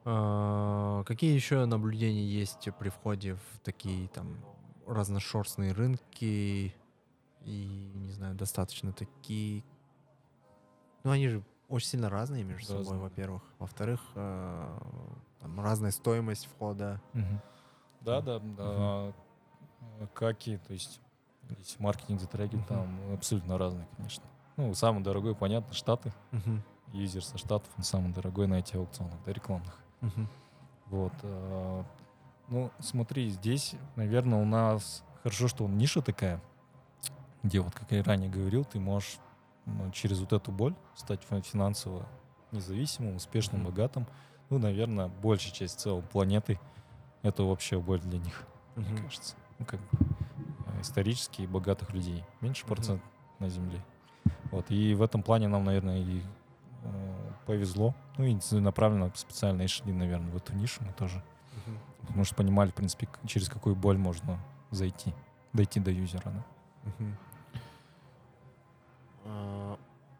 А, какие еще наблюдения есть при входе в такие там разношерстные рынки и, не знаю, достаточно такие... Ну, они же очень сильно разные между собой, Разные, да. во-первых. Во-вторых, а, там разная стоимость входа. Да, Там. да, да. Как и, то есть, есть маркетинг затрагивает, Мгм. там абсолютно разные, конечно. Ну, самый дорогой, понятно, Штаты. Мгм. Юзер со Штатов, он самый дорогой на этих аукционах, да, рекламных. Мгм. Вот. а, Ну, смотри, здесь, наверное, у нас хорошо, что ниша такая, где, вот как я ранее говорил, ты можешь ну, через вот эту боль стать фин- финансово независимым, успешным, Мгм. богатым. Ну, наверное, большая часть целой планеты — это вообще боль для них, мне Мгм. кажется. Ну, как бы э, исторически богатых людей. Меньше Мгм. процент на Земле. Вот. И в этом плане нам, наверное, и э, повезло. Ну, и целенаправленно специально и шли, наверное, в эту нишу мы тоже. Мгм. Потому что понимали, в принципе, к- через какую боль можно зайти, дойти до юзера, да. Мгм. А,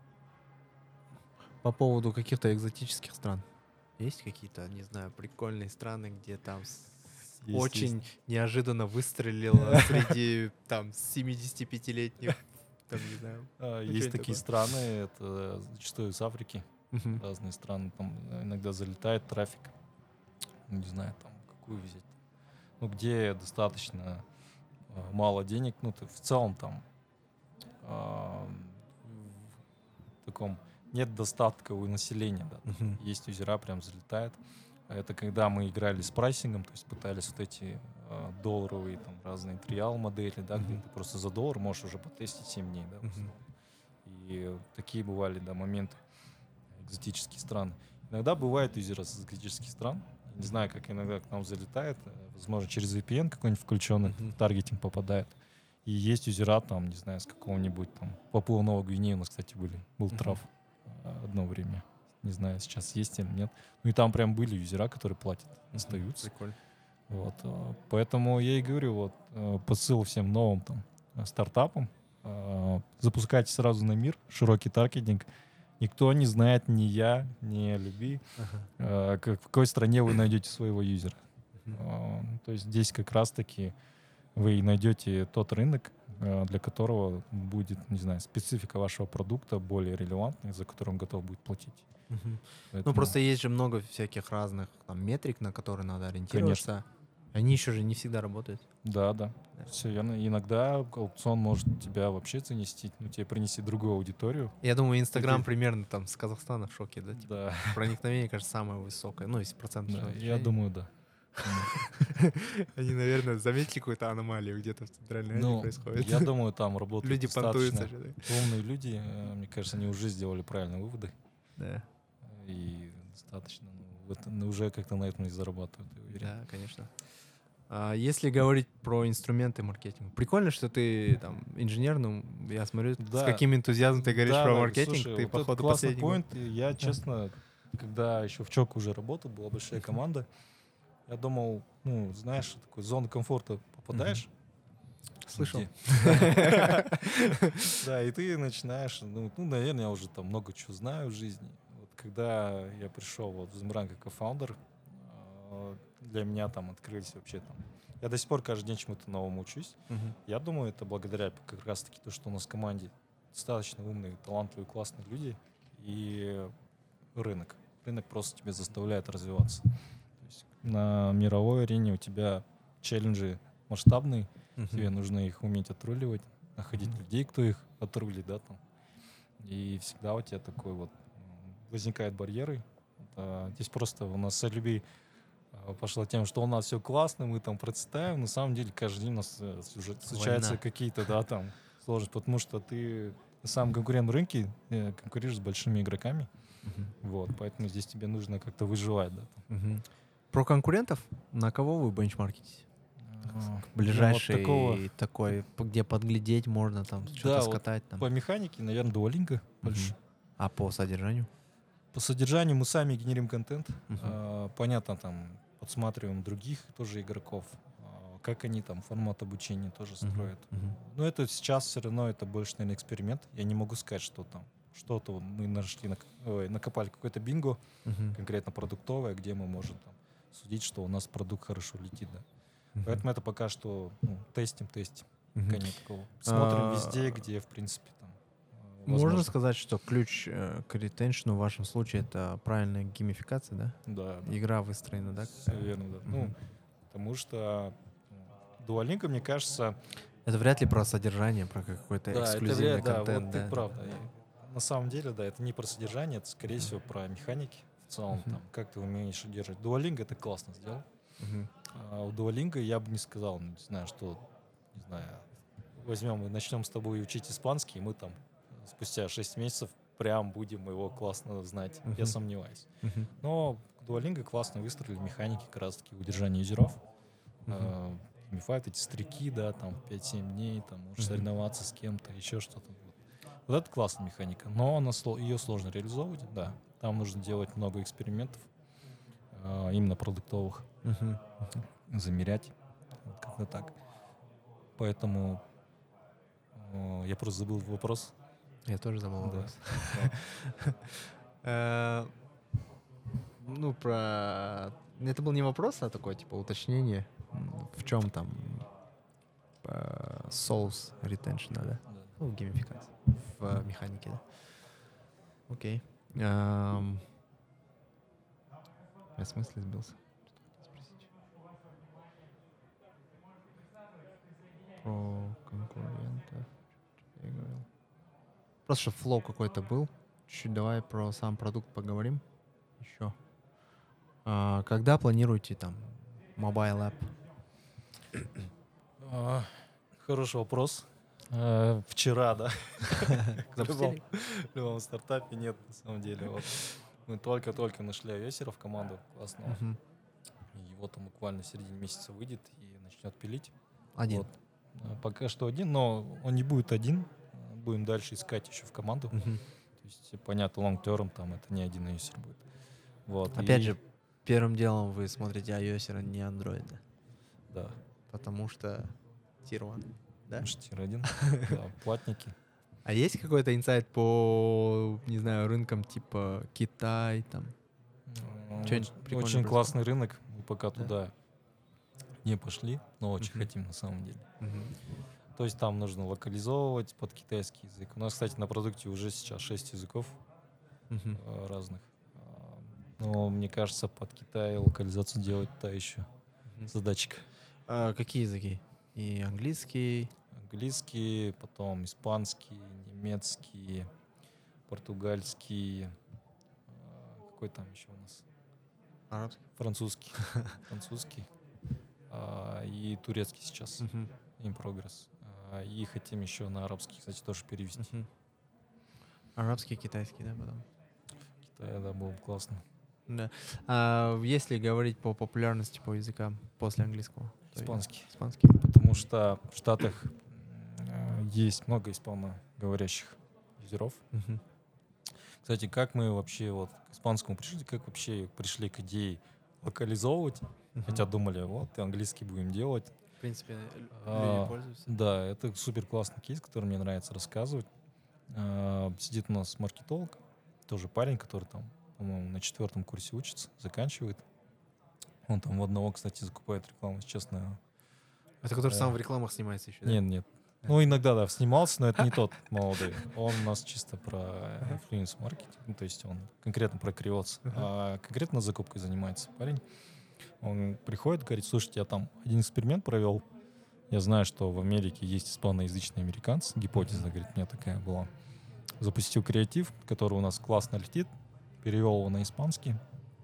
По поводу каких-то экзотических стран. Есть какие-то, не знаю, прикольные страны, где там с- Есть, очень есть. неожиданно выстрелило среди там семидесятипятилетних, там, не знаю, А, ну, Есть что-нибудь такие такое. страны, это зачастую из Африки, Мгм. разные страны, там э, иногда залетает трафик, ну, не знаю, там, какую взять, ну, где достаточно э, мало денег, ну, ты в целом там а, в таком нет достатка у населения, да, там Мгм. есть юзера, прям залетает. А это когда мы играли с прайсингом, то есть пытались вот эти э, долларовые там разные триал модели, да, где Мгм. ты просто за доллар можешь уже потестить семь дней, да, Мгм. условно. И такие бывали, да, моменты, экзотические страны. Иногда бывают юзеры с экзотических стран. Я не знаю, как иногда к нам залетает. э, Возможно, через ви пи эн какой-нибудь включенный Мгм. в таргетинг попадает. И есть юзера там, не знаю, с какого-нибудь там Папуа Новой Гвинеи у нас, кстати, были. Был Мгм. траф э, одно время. Не знаю, сейчас есть или нет. Ну и там прям были юзера, которые платят, Мгм. остаются. Прикольно. Вот, э, поэтому я и говорю, вот, э, посыл всем новым там э, стартапам. э, Запускайте сразу на мир, широкий таргетинг. Никто не знает, ни я, ни Люби, Ага. э, как, в какой стране вы найдете своего юзера. Мгм. Э, То есть здесь как раз-таки вы найдете тот рынок, э, для которого будет, не знаю, специфика вашего продукта более релевантной, за который он готов будет платить. Мгм. Ну, Поэтому, просто есть же много всяких разных там метрик, на которые надо конечно, ориентироваться. Они еще же не всегда работают. да, да. Да. Все верно. Иногда аукцион может тебя вообще занести, ну, тебе принести другую аудиторию. Я думаю, И Инстаграм ты, примерно там с Казахстана в шоке, да? Типа, да, проникновение, кажется, самое высокое. Ну, если процентное да, я соотношение. думаю, да. Думаю. Они, наверное, заметили какую-то аномалию где-то в Центральной Азии Ну, происходит. я думаю, там работают Люди понтуются. достаточно что-то. умные люди. Э, Мне кажется, они уже сделали правильные выводы. Да, э, И достаточно, ну, в это- ну, уже как-то на этом и зарабатывают, я уверен. да, конечно. А если говорить про инструменты маркетинга, прикольно, что ты там инженер, ну, я смотрю, с Да, каким энтузиазмом ты говоришь да, про да, маркетинг, слушай, ты, вот это походу, классный последний год. поинт. И Я, честно, когда еще в ЧОК уже работал, была большая команда, я думал, ну, знаешь, такой зону комфорта попадаешь. Слышал. Где? Да. Да, и ты начинаешь, ну, ну, наверное, я уже там много чего знаю в жизни. Вот когда я пришел вот в Zimran как кофаундер, э, для меня там открылись вообще там. Я до сих пор каждый день чему-то новому учусь. Мгм. Я думаю, это благодаря как раз-таки то, что у нас в команде достаточно умные, талантливые, классные люди и рынок. Рынок просто тебя заставляет развиваться. То есть на мировой арене у тебя челленджи масштабные, Мгм. тебе нужно их уметь отруливать, находить Мгм. людей, кто их отрулит, да, там. И всегда у тебя такой вот м, возникают барьеры. А, здесь просто у нас с Люби пошла тем, что у нас все классно, мы там процветаем. На самом деле каждый день у нас э, уже случаются Война. какие-то, да, там сложности, потому что ты сам конкурент в рынке, э, конкурируешь с большими игроками. Мгм. Вот, поэтому здесь тебе нужно как-то выживать, да. там. Мгм. Про конкурентов, на кого вы бенчмаркитесь? А, блин, вот Ближайший такого, такой, п- где подглядеть можно, там что-то да, вот скатать там. по механике, наверное, дуалинга Мгм. больше. А по содержанию? По содержанию мы сами генерим контент. Мгм. А, понятно, там подсматриваем других тоже игроков, а, как они там формат обучения тоже Мгм. строят. Мгм. Но это сейчас все равно это больше, наверное, эксперимент. Я не могу сказать, что там что-то мы нашли, нак- ой, накопали какой-то бинго, Мгм. конкретно продуктовое, где мы можем там судить, что у нас продукт хорошо летит, да. Мгм. Поэтому это пока что ну, тестим, тестим. Мгм. Пока нет такого. Смотрим А, везде, где, в принципе, там э, Можно возможно. сказать, что ключ э, к ретеншну в вашем случае это правильная геймификация, да? Да, да. Игра выстроена, да? Всё верно, да. Ну, Мгм. потому что ну, Duolingo, мне кажется, Это вряд ли про содержание, про какой-то да, это эксклюзивный вряд, да, контент, вот да? ты прав, да. И на самом деле, да, это не про содержание, это, скорее всего, про механики в целом, Мгм. там, как ты умеешь удерживать. Duolingo это классно сделал. Мгм. А у Duolingo я бы не сказал, ну, не знаю, что, не знаю, возьмем и начнем с тобой учить испанский, и мы там э, спустя шесть месяцев прям будем его классно знать. Я Мгм. сомневаюсь. Мгм. Но Duolingo классно выстроили механики как раз-таки удержания юзеров. Мгм. Геймифайт, эти стрики, да, там пять-семь дней, там можешь Мгм. соревноваться с кем-то, еще что-то. Вот. Вот это классная механика, но она, сло- ее сложно реализовывать, да. Там нужно делать много экспериментов, а, именно продуктовых, Мгм. замерять, вот как-то так. Поэтому э, я просто забыл вопрос. Я тоже забыл Да. вопрос. Да. Э, Ну, про... Это был не вопрос, а такое, типа, уточнение. М, В чем там э, соус ретеншена, да? Да. Ну, геймификация. В э, механике, да? Окей. Эм, Я в смысле сбился? Что хотел спросить? Про конкурента. Что я говорил? Просто чтобы флоу какой-то был. Чуть-чуть давай про сам продукт поговорим. Еще. А, когда планируете там mobile app? А, Хороший вопрос. А, Вчера, да. В любом, Запустили? в любом стартапе нет, на самом деле. Вот. Мы только-только нашли iOS в команду классного. Мгм. И его там буквально в середине месяца выйдет и начнет пилить. Один. Вот. А, Пока что один, но он не будет один. А, Будем дальше искать еще в команду. Мгм. То есть, понятно, long term там это не один iOS будет. Вот. Опять и- же, первым делом вы смотрите iOS, а не Android, да? Да. Потому что Tier один, да? Потому что тир один. Да, платники. А есть какой-то инсайт по, не знаю, рынкам типа Китай, там? М, Чё-нибудь Очень, прикольное очень происходит? классный рынок. Мы пока Да. туда не пошли, но очень Мгм. хотим на самом деле. Мгм. То есть там нужно локализовывать под китайский язык. У нас, кстати, на продукте уже сейчас шесть языков Мгм. э, разных. А, Но мне кажется, под Китай локализацию делать та еще Мгм. задачка. А какие языки? И английский, Английский, потом испанский, немецкий, португальский. а, Какой там еще у нас? арабский? Французский. Французский. а, И турецкий сейчас. Мгм. In progress. А, И хотим еще на арабский, кстати, тоже перевести. Мгм. Арабский, китайский, да, потом? Китай, да, было бы классно. Да. А если говорить по популярности по языкам после английского? то есть Испанский. Испанский. Потому что в Штатах э, есть много испаноговорящих юзеров. Мгм. Кстати, как мы вообще вот к испанскому пришли, как вообще пришли к идее локализовывать? Мгм. Хотя думали, вот, и английский будем делать. В принципе, лю- А, люди пользуются. Да, это супер классный кейс, который мне нравится рассказывать. А, Сидит у нас маркетолог, тоже парень, который там, по-моему, на четвертом курсе учится, заканчивает. Он там в одного, кстати, закупает рекламу, сейчас на... Это который сам э, в рекламах снимается еще, да? Нет, нет. Да. Ну, иногда, да, снимался, но это не тот молодой. Он у нас чисто про инфлюенс-маркетинг, ну, то есть он конкретно про креоц, а конкретно закупкой занимается парень. Он приходит, говорит, слушайте, я там один эксперимент провел, я знаю, что в Америке есть испаноязычные американцы, гипотеза, говорит, у меня такая была. Запустил креатив, который у нас классно летит, перевел его на испанский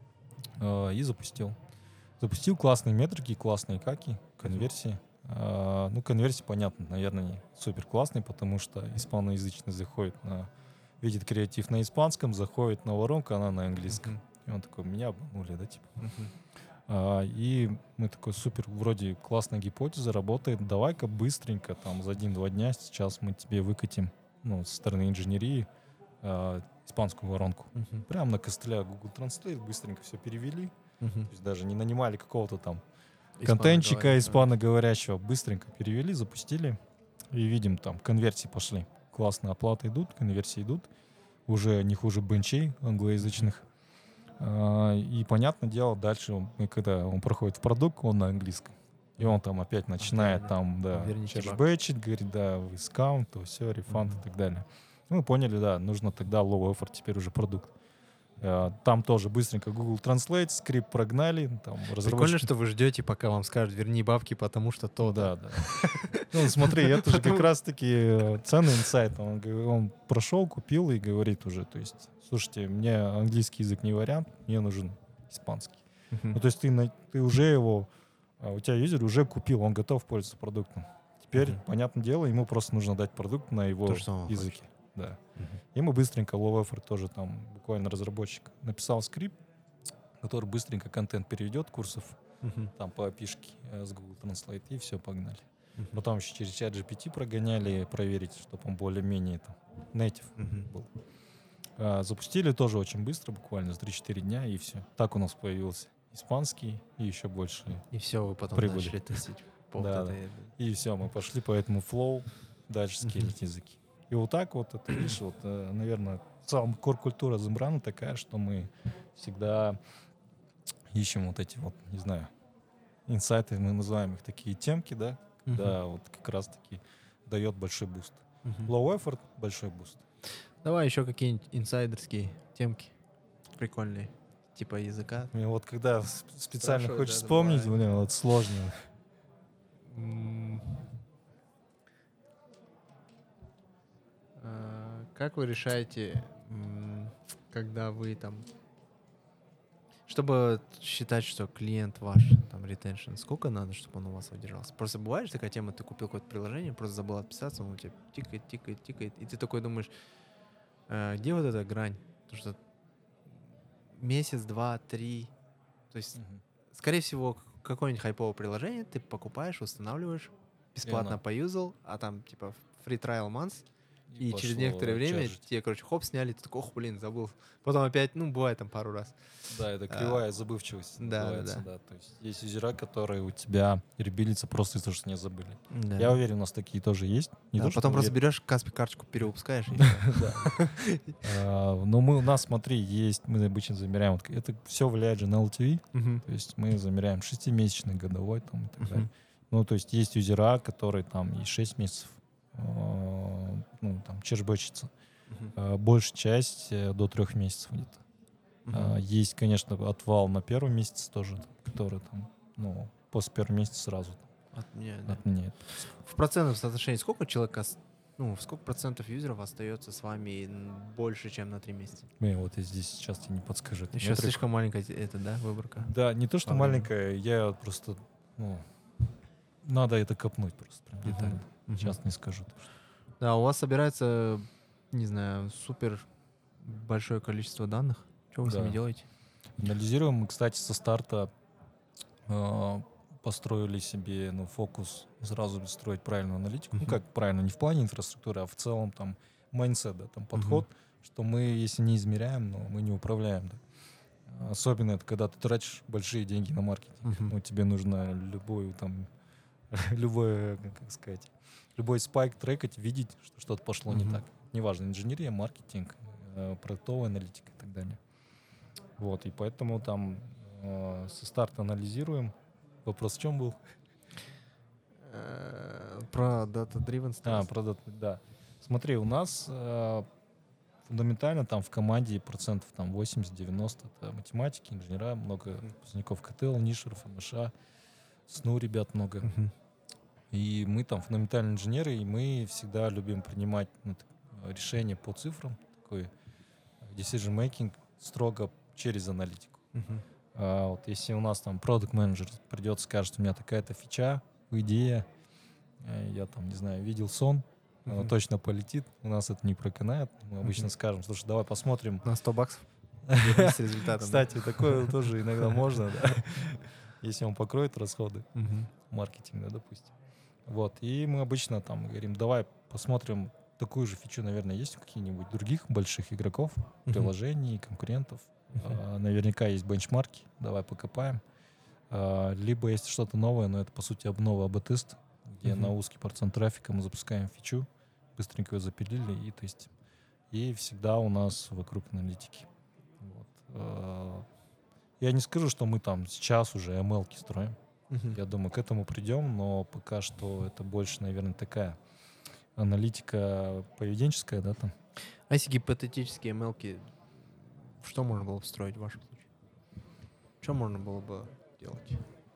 э, и запустил. Запустил классные метрики, классные каки, конверсии. А, ну, конверсии, понятно, наверное, не супер классные, потому что испаноязычный заходит на... Видит креатив на испанском, заходит на воронку, она на английском. Мгм. И он такой, меня обманули, да, типа. Мгм. А, и мы такой, супер, вроде классная гипотеза, работает, давай-ка быстренько, там, за один-два дня сейчас мы тебе выкатим, ну, со стороны инженерии а, испанскую воронку. Мгм. Прям на костылях Google Translate быстренько все перевели. Мгм. То есть даже не нанимали какого-то там Испаноговорящего. контентчика испаноговорящего. Быстренько перевели, запустили. И видим, там конверсии пошли. Классно, оплаты идут, конверсии идут. уже не хуже бенчей англоязычных. А, И, понятное дело, дальше, он- мы, когда он проходит в продукт, он на английском. И он там опять начинает да. там, да, Верните бак. чешбэчить, говорит, да, вискаунт, то все, рефанд Мгм. и так далее. И мы поняли, да, нужно тогда low effort, теперь уже продукт. А, Там тоже быстренько Google Translate, скрипт прогнали, там Прикольно, разработчики... что вы ждете, пока вам скажут, верни бабки, потому что то-то. Да, да. Ну, смотри, это же как Потому- раз-таки э, ценный инсайт. Он, г- он прошел, купил и говорит уже, то есть, слушайте, мне английский язык не вариант, мне нужен испанский. Мгм. Ну, то есть ты, на- ты уже его, а, у тебя юзер уже купил, он готов пользоваться продуктом. Теперь, Мгм. понятное дело, ему просто нужно дать продукт на его То, что он языке. Да. Мгм. И мы быстренько, low effort тоже там, буквально разработчик написал скрипт, который быстренько контент переведет курсов Мгм. там по опишке э, с Google Translate, и все, погнали. Мгм. Потом еще через чат джи пи ти прогоняли, проверить, чтобы он более-менее там native Мгм. был. А, запустили тоже очень быстро, буквально за три-четыре дня, и все. Так у нас появился испанский и еще больше. И все, вы потом Прибыли. начали тестить по Да, вот да. этой- И все, мы пошли по этому флоу дальше Мгм. скейлить языки. И вот так вот, это, видишь, вот, э, наверное, сам кор-культура Зембрана такая, что мы всегда ищем вот эти вот, не знаю, инсайты, мы называем их такие темки, да, Мгм. да, вот как раз-таки дает большой буст. Мгм. Low effort, большой буст. Давай еще какие-нибудь инсайдерские темки прикольные, типа языка. И вот когда с- специально Спрашивают, хочешь да, вспомнить, забываю. блин, вот сложно. М. А, Как вы решаете, м, когда вы там, чтобы считать, что клиент ваш, там, retention, сколько надо, чтобы он у вас удержался? Просто бывает же такая тема, ты купил какое-то приложение, просто забыл отписаться, он у тебя тикает, тикает, тикает, и ты такой думаешь, «А где вот эта грань? Потому что месяц, два, три, то есть, Мгм. скорее всего, к- какое-нибудь хайповое приложение ты покупаешь, устанавливаешь, бесплатно оно. поюзал, а там, типа, free trial months, и через пошло некоторое время чаржить. тебе, короче, хоп, сняли, ты такой, ох, блин, забыл. Потом опять, ну, бывает там пару раз. Да, это А, кривая забывчивость да, да, называется, да. да. То есть есть юзера, которые у тебя ребилятся просто из-за того, что не забыли. Да. Я уверен, у нас такие тоже есть. Не Да, то, что потом просто уверен. берешь Каспи карточку, перевыпускаешь. и Да. А, Но мы, у нас, смотри, есть, мы обычно замеряем, вот это все влияет же на эл ти ви, Мгм. то есть мы замеряем шестимесячный, годовой там и так Мгм. далее. Ну, то есть есть юзера, которые там и шесть месяцев, а, ну, там, чешбэчится. Мгм. А, Большая часть э, до трех месяцев где-то. А, Мгм. Есть, конечно, отвал на первый месяц тоже, там, который там, ну, после первого месяца сразу там Отменяю, да. отменяет. В процентном соотношении сколько человек, ос- ну, сколько процентов юзеров остается с вами м, больше, чем на три месяца? Блин, вот я здесь сейчас тебе не подскажу. эту Еще метрику. слишком маленькая те- это, да, выборка? Да, не то, что По времени. маленькая, я просто, ну, надо это копнуть просто прям Мгм. детально. Мгм. Сейчас не скажу. Да, у вас собирается, не знаю, супер большое количество данных. Что вы с ними Да. делаете? Анализируем. Мы, кстати, со старта э, построили себе, ну, фокус сразу строить правильную аналитику. Мгм. Ну, как правильно, не в плане инфраструктуры, а в целом там майндсет, да, там подход, что мы, если не измеряем, но мы не управляем, да. Особенно это когда ты тратишь большие деньги на маркетинг. Мгм. Ну, тебе нужно любую там, любое, как сказать, любой спайк трекать, видеть, что что-то пошло не Мгм. так. Неважно, инженерия, маркетинг, э, продуктовая аналитика и так далее. Вот, и поэтому там э, со старта анализируем. Вопрос в чем был? Э, Про data-driven А, stats. про дат- да. Смотри, у нас э, фундаментально там в команде процентов там восемьдесят-девяносто это математики, инженера, много выпускников ка тэ эл, Нишеров, эм эш а, СНУ ребят много. Мгм. И мы там фундаментальные инженеры, и мы всегда любим принимать ну, так, решения по цифрам, такой decision making строго через аналитику. Мгм. А вот если у нас там product менеджер придет, скажет, у меня такая-то фича, идея, э, я там, не знаю, видел сон, она Мгм. точно полетит, у нас это не проканает. Мы обычно Мгм. скажем, слушай, давай посмотрим. На сто баксов. Вернись с результатом. да? Кстати, такое тоже иногда можно, да, если он покроет расходы Мгм. маркетинга, допустим. Вот, и мы обычно там говорим, давай посмотрим такую же фичу, наверное, есть у каких-нибудь других больших игроков, Мгм. приложений, конкурентов. Мгм. А, наверняка есть бенчмарки, давай покопаем. А, либо есть что-то новое, но это, по сути, обнова эй би тест, где Мгм. на узкий процент трафика мы запускаем фичу, быстренько ее запилили и тестим. и всегда у нас вокруг аналитики. Вот. Э, Я не скажу, что мы там сейчас уже эм эл-ки строим. Мгм. Я думаю, к этому придем, но пока что это больше, наверное, такая аналитика поведенческая, да, там. А если гипотетические эм эл-ки, что можно было бы строить в вашем случае? Что можно было бы делать?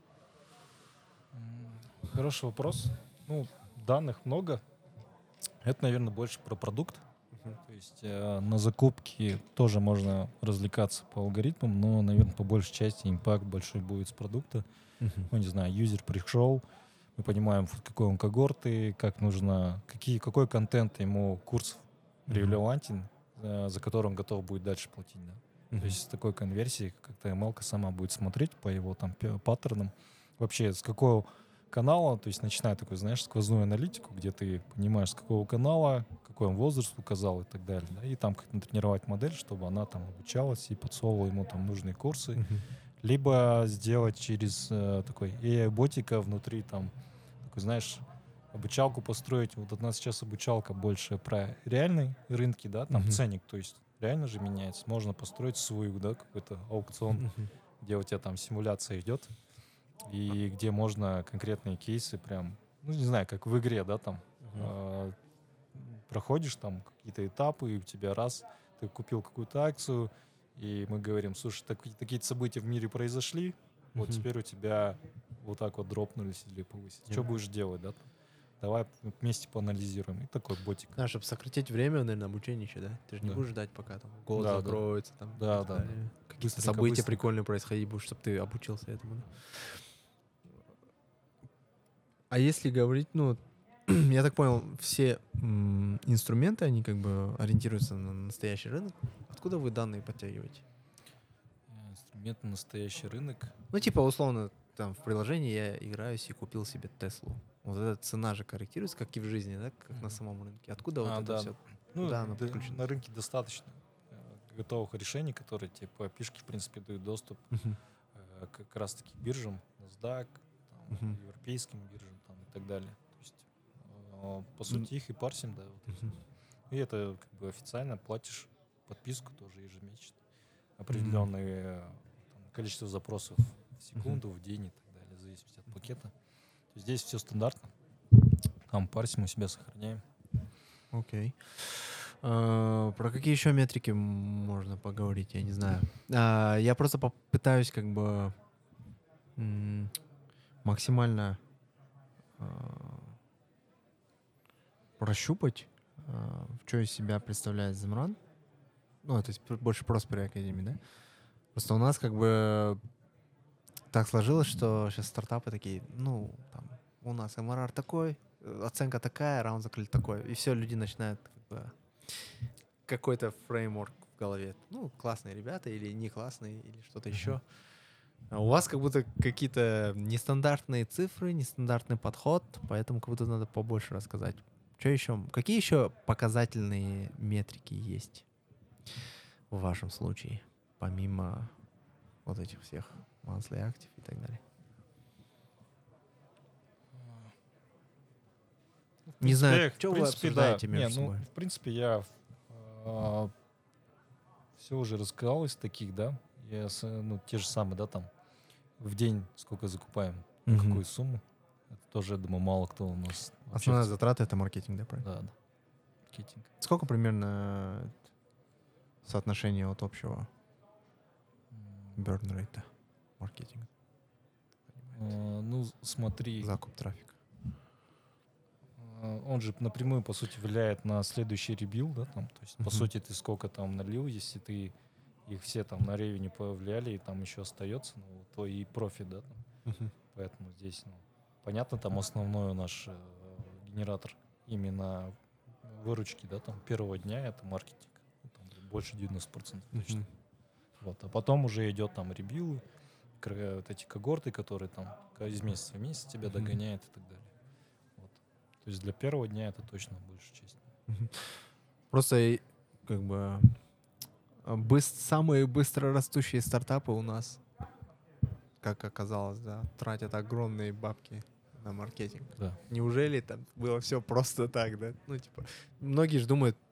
М, Хороший вопрос. Ну, данных много. Это, наверное, больше про продукт. Мгм. То есть э, на закупке тоже можно развлекаться по алгоритмам, но, наверное, по большей части импакт большой будет с продукта. Мгм. Ну, не знаю, юзер пришел, мы понимаем, в какой он когорты, как нужно, какие, какой контент ему курс Мгм. релевантен, э, за который он готов будет дальше платить. Да. Мгм. То есть с такой конверсией как-то эм эл-ка сама будет смотреть по его там пе- паттернам. Вообще, с какого канала, то есть начиная такой, знаешь, сквозную аналитику, где ты понимаешь, с какого канала, какой он возраст указал и так далее. Да, и там как-то натренировать модель, чтобы она там обучалась и подсовывала ему там нужные курсы. Мгм. Либо сделать через э, такой эй ай-ботика внутри там, такой, знаешь, обучалку построить. Вот у нас сейчас обучалка больше про реальные рынки, да, там Мгм. ценник, то есть реально же меняется. Можно построить свою, да, какой-то аукцион, Мгм. где у тебя там симуляция идет, и где можно конкретные кейсы прям, ну, не знаю, как в игре, да, там, Мгм. э, проходишь там какие-то этапы, и у тебя раз, ты купил какую-то акцию, и мы говорим, слушай, так, такие события в мире произошли, вот Мгм. теперь у тебя вот так вот дропнулись или повысились. Я Что понял. будешь делать, да? Давай вместе поанализируем. И такой ботик. Да, чтобы сократить время, наверное, обучения еще, да? Ты же не Да. будешь ждать, пока там голос Да, да. закроется, там, Да, и так да, да. далее. Какие-то Быстренько, события быстренько. прикольные происходить будут, чтобы ты обучился этому, да? А если говорить, ну, я так понял, все м, инструменты, они как бы ориентируются на настоящий рынок. Откуда вы данные подтягиваете? Э, Инструмент на настоящий рынок. Ну, типа, условно, там, в приложении я играюсь и купил себе Теслу. Вот эта цена же корректируется, как и в жизни, да, как на Мгм. самом рынке. Откуда вот А, это да. все? Ну, Куда оно да, подключено? на рынке достаточно э, готовых решений, которые типа пишки, в принципе, дают доступ Мгм. э, к- как раз-таки биржам, NASDAQ, там, Мгм. европейским биржам там, и так далее. То есть, э, по М. сути, их и парсим, да. Вот эти. Мгм. И это как бы официально платишь подписку тоже ежемесячно. Мгм. Определенное э, там, количество запросов в секунду, в день и так далее, в зависимости от пакета. То есть здесь все стандартно. Там парсим, у себя сохраняем. Окей. А, про какие еще метрики м- можно поговорить, я не знаю. А, я просто попытаюсь как бы м, максимально а, прощупать, а, что из себя представляет Земран. Ну, то есть пр- больше Prosper Academy, да? Просто у нас как бы так сложилось, что сейчас стартапы такие, ну, там, у нас эм эр ар такой, э, оценка такая, раунд закрыли такой. И все, люди начинают как бы какой-то фреймворк в голове. Ну, классные ребята или не классные, или что-то Мгм. еще. А у вас как будто какие-то нестандартные цифры, нестандартный подход, поэтому как будто надо побольше рассказать. Что еще? Какие еще показательные метрики есть в вашем случае, помимо вот этих всех monthly active и так далее? Ну, в Не принципе, знаю, я их, в что вы принципе, да. обсуждаете Не, между ну, собой? в принципе, я все уже рассказал из таких, да. Я, с- ну, те же самые, да, там, в день сколько закупаем, на Мгм. какую сумму. Это тоже, я думаю, мало кто у нас вообще... в Основная ц- затрата — это маркетинг, да, правильно? Да, да, маркетинг. Сколько примерно э, соотношение от общего М, burn rate маркетинга? э, Ну, смотри, Закуп трафика. э, он же напрямую, по сути, влияет на следующий ребил, да, там, то есть, по Мгм. сути, ты сколько там налил, если ты их все там на ревень повлияли, и там еще остается, ну, то и профит, да, там. Мгм. Поэтому здесь, ну, понятно, там основной наш э, генератор именно выручки, да, там, первого дня это маркетинг. Ну, там больше девяносто процентов точно. Мгм. Вот. А потом уже идет там ребилы, кр- вот эти когорты, которые там из месяца в месяц тебя Мгм. догоняют и так далее. Вот. То есть для первого дня это точно больше часть. Мгм. Просто и, как бы а, быс- самые быстро растущие стартапы у нас, как оказалось, да, тратят огромные бабки на маркетинг. Да. Неужели там было все просто так, да? Ну, типа, многие же думают,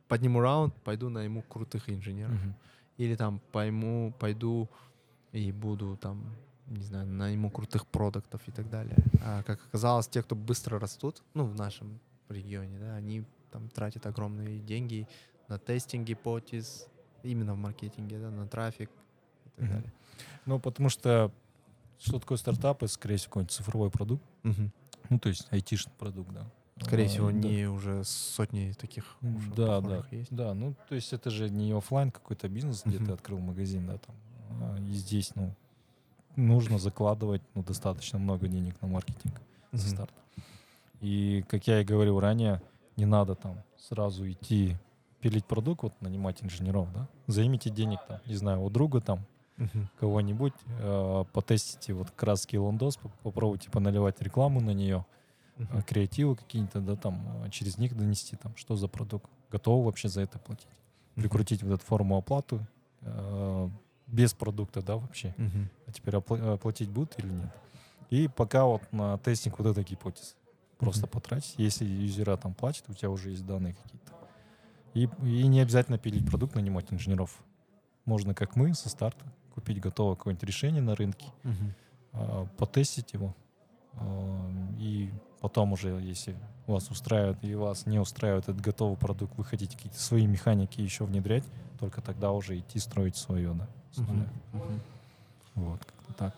подниму раунд, пойду найму крутых инженеров. Мгм. Или там пойму, пойду и буду там, не знаю, найму крутых продуктов и так далее. А как оказалось, те, кто быстро растут, ну, в нашем регионе, да, они там тратят огромные деньги на тестинг гипотез, именно в маркетинге, да, на трафик и так Мгм. далее. Ну, потому что что такое стартап? Это, скорее всего, какой-нибудь цифровой продукт. Мгм. Ну, то есть айтишный продукт, да. Скорее А, всего, да. не уже сотни таких уже Да, да, похожих есть. да. Ну, то есть это же не оффлайн какой-то бизнес, где Мгм. ты открыл магазин, да, там. А, И здесь, ну, нужно закладывать, ну, достаточно много денег на маркетинг со Мгм. старта. И, как я и говорил ранее, не надо там сразу идти пилить продукт, вот нанимать инженеров, да. Займите денег там, не знаю, у друга там, Мгм. кого-нибудь, э, потестите вот краски Лондос, попробуйте поналивать рекламу на нее, э, Мгм. креативы какие-то, да, там, э, через них донести, там, что за продукт, готовы вообще за это платить. Мгм. Прикрутить вот эту форму оплаты э, без продукта, да, вообще. Мгм. А теперь опла- платить будут или нет? И пока вот на тестинг вот этой гипотезы просто Мгм. потратить. Если юзера там платит, у тебя уже есть данные какие-то. И, и не обязательно пилить продукт, нанимать инженеров. Можно, как мы, со старта купить готовое какое-нибудь решение на рынке, Мгм. а, потестить его, а, и потом уже, если вас устраивает и вас не устраивает этот готовый продукт, вы хотите какие-то свои механики еще внедрять, только тогда уже идти строить свое, да, с нуля. Мгм. Мгм. Вот, как-то так.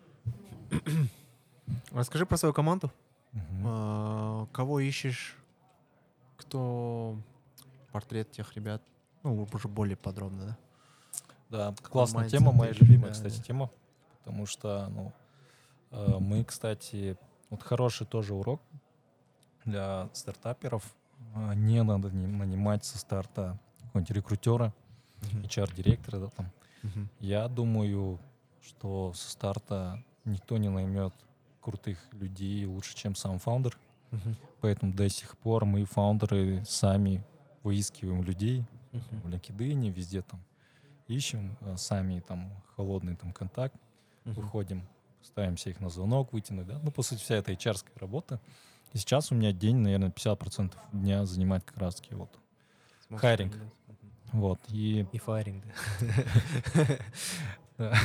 Расскажи про свою команду. Мгм. А, Кого ищешь? Кто портрет тех ребят? Ну, уже более подробно, да? Да, Какой классная майндсет тема, моя тех любимая, ребят, кстати, да. тема, потому что, ну, э, мы, кстати, вот хороший тоже урок для стартаперов. Э, Не надо ни- нанимать со старта какого-нибудь рекрутера, Мгм. эйч ар-директора, да, там. Мгм. Я думаю, что со старта никто не наймет крутых людей лучше, чем сам фаундер. Мгм. Поэтому до сих пор мы, фаундеры, сами выискиваем людей Мгм. в LinkedIn, везде там ищем, э, сами там холодный там контакт, Мгм. выходим, стараемся их на звонок вытянуть, да. Ну, по сути, вся эта эйч ар-ская работа. И сейчас у меня день, наверное, пятьдесят процентов дня занимает как раз-таки вот Смог хайринг. кандидат. Мгм. Вот. И И файринг, да. да.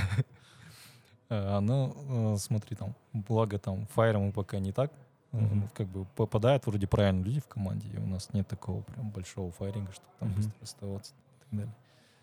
А, ну, э, смотри, там, благо там файром мы пока не так, э, Мгм. как бы попадают вроде правильные люди в команде, и у нас нет такого прям большого файринга, чтобы там Мгм. быстро оставаться и так далее.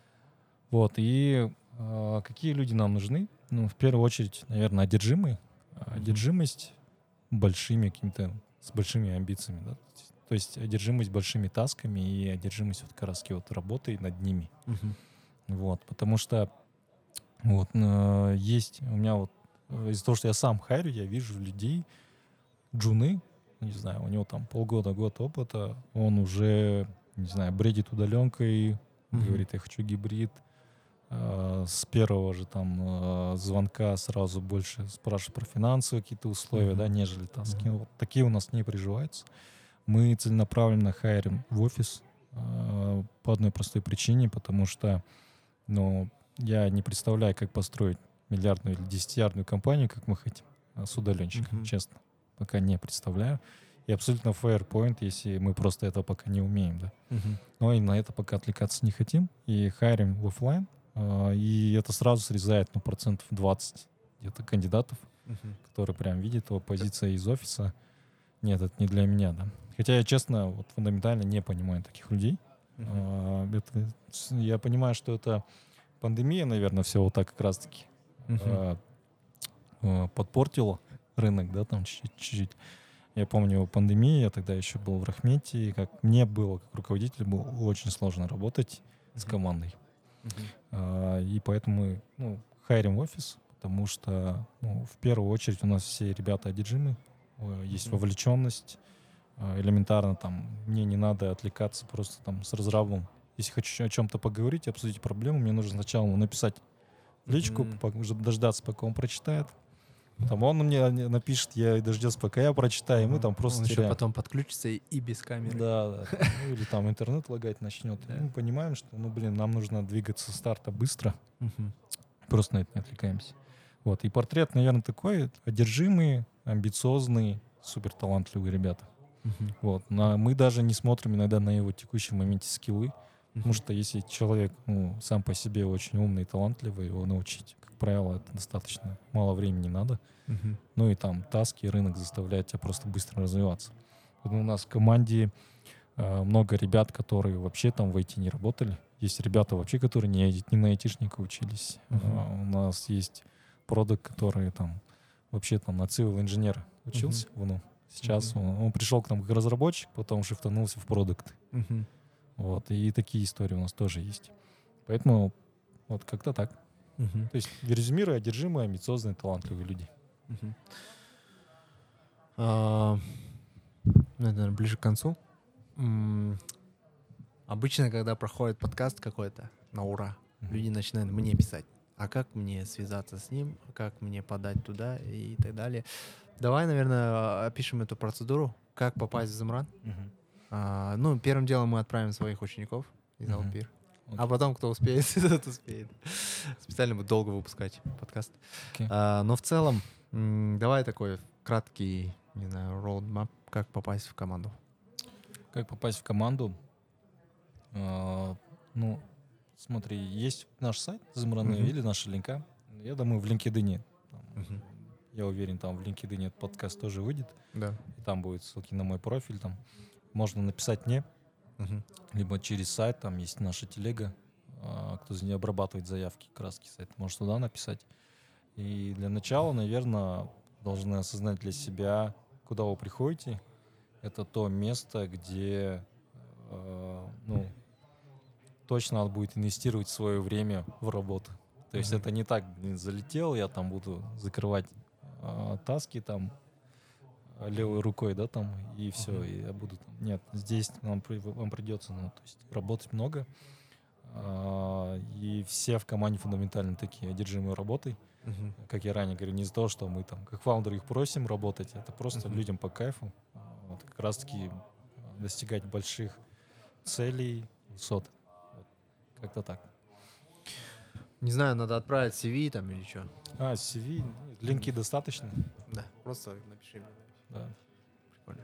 Вот, и а, какие люди нам нужны? Ну, в первую очередь, наверное, одержимые. А, Мгм. Одержимость большими какими-то, с большими амбициями, да? То есть одержимость большими тасками и одержимость вот как раз вот работой над ними. Мгм. Вот, потому что вот э, есть у меня вот э, из-за того, что я сам хайрю, я вижу людей, джуны, не знаю, у него там полгода, год опыта, он уже, не знаю, бредит удаленкой, Мгм. говорит, я хочу гибрид. Э, С первого же там э, звонка сразу больше спрашивает про финансовые какие-то условия, Мгм. да, нежели таски. Мгм. Вот такие у нас не приживаются. Мы целенаправленно хайрим в офис э, по одной простой причине, потому что, ну, я не представляю, как построить миллиардную или десятиярдную компанию, как мы хотим, а, с удаленщиком, Мгм. честно. Пока не представляю. И абсолютно fair point, если мы просто этого пока не умеем, да. Мгм. Но и на это пока отвлекаться не хотим. И хайрим в оффлайн. а, И это сразу срезает, ну, процентов двадцать где-то кандидатов, Мгм. которые прям видят его позиция из офиса. Нет, это не для меня, да. Хотя я, честно, вот фундаментально не понимаю таких людей. Мгм. А, это с- я понимаю, что это пандемия, наверное, все вот так как раз-таки Мгм. а, а, подпортила рынок, да, там чуть-чуть. чуть-чуть. Я помню пандемию, я тогда еще был в Рахмете, и как мне было, как руководителю, было очень сложно работать с Мгм. командой. Мгм. А, И поэтому мы, ну, хайрим в офис, потому что, ну, в первую очередь у нас все ребята одержимы, э, есть Мгм. вовлеченность, а, элементарно там мне не надо отвлекаться просто там с разрабом. Если хочу о чем-то поговорить, обсудить проблему, мне нужно сначала ему написать в личку, Мгм. по- уже дождаться, пока он прочитает. Там он мне не- напишет, я дождется, пока я прочитаю, и мы Ага. там просто Он еще теряем. потом подключится и, и без камеры. Да, да, там, ну, или там интернет лагать начнет. Да. И мы понимаем, что, ну, блин, нам нужно двигаться с старта быстро, Мгм. просто на это не отвлекаемся. Вот, и портрет, наверное, такой, одержимые, амбициозные, супер талантливые ребята. Мгм. Вот. На- мы даже не смотрим иногда на его текущий моменте скиллы, потому Мгм. что если человек ну, сам по себе очень умный и талантливый, его научить, как правило, это достаточно мало времени надо. Мгм. Ну и там таски, рынок заставляет тебя просто быстро развиваться. Вот у нас в команде э, много ребят, которые вообще там в ай ти не работали. Есть ребята вообще, которые не, айти- не на айтишника учились. Мгм. А, у нас есть продукт, который там вообще там на civil инженера учился в НУ. Сейчас Мгм. он, он пришел к нам как разработчик, потом шифтанулся в продукт. Мгм. Вот. И такие истории у нас тоже есть. Поэтому вот как-то так. Мгм. То есть, резюмируя, одержимые, амбициозные, талантливые люди. Мгм. А, ну, это, наверное, ближе к концу. М, Обычно, когда проходит подкаст какой-то на ура, Мгм. люди начинают мне писать. А как мне связаться с ним? Как мне подать туда и так далее? Давай, наверное, опишем эту процедуру. Как попасть в Замран? Мгм. А, ну, первым делом мы отправим своих учеников из Мгм. Алпир. А Окей. потом, кто успеет, тот успеет. Специально будет долго выпускать подкаст. Окей. А, но в целом, м, давай такой краткий, не знаю, roadmap, как попасть в команду. Как попасть в команду? А, ну, смотри, есть наш сайт Замраны Мгм. или наша линка. Я думаю, в LinkedIn. там, Мгм. Я уверен, там в LinkedIn этот подкаст тоже выйдет. Да. И там будут ссылки на мой профиль. Там можно написать мне, Мгм. либо через сайт. Там есть наша телега. а, Кто за нее обрабатывает заявки, краски сайт, может туда написать. И для начала, наверное, должны осознать для себя, куда вы приходите. Это то место, где э, ну, точно надо будет инвестировать свое время в работу. То есть Мгм. это не так, блин, залетел, я там буду закрывать э, таски там э, левой рукой, да, там, и все, Мгм. и я буду там. Нет, здесь вам, при- вам придется, ну, то есть работать много. а, И все в команде фундаментально такие, одержимые работой. Мгм. Как я ранее говорю, не из-за того, что мы там, как фаундеры, их просим работать, это просто Мгм. людям по кайфу. а, Вот, как раз-таки а, достигать больших целей, высот. Вот, как-то так. Не знаю, надо отправить си ви там или что. А, си ви, ну, линки достаточно. Да, просто напиши мне. Да. Прикольно.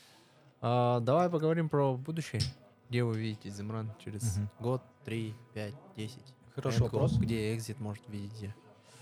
А, давай поговорим про будущее. Где вы видите Земран через Мгм. год, три, пять, десять? Хороший End вопрос. goal, где экзит может видите?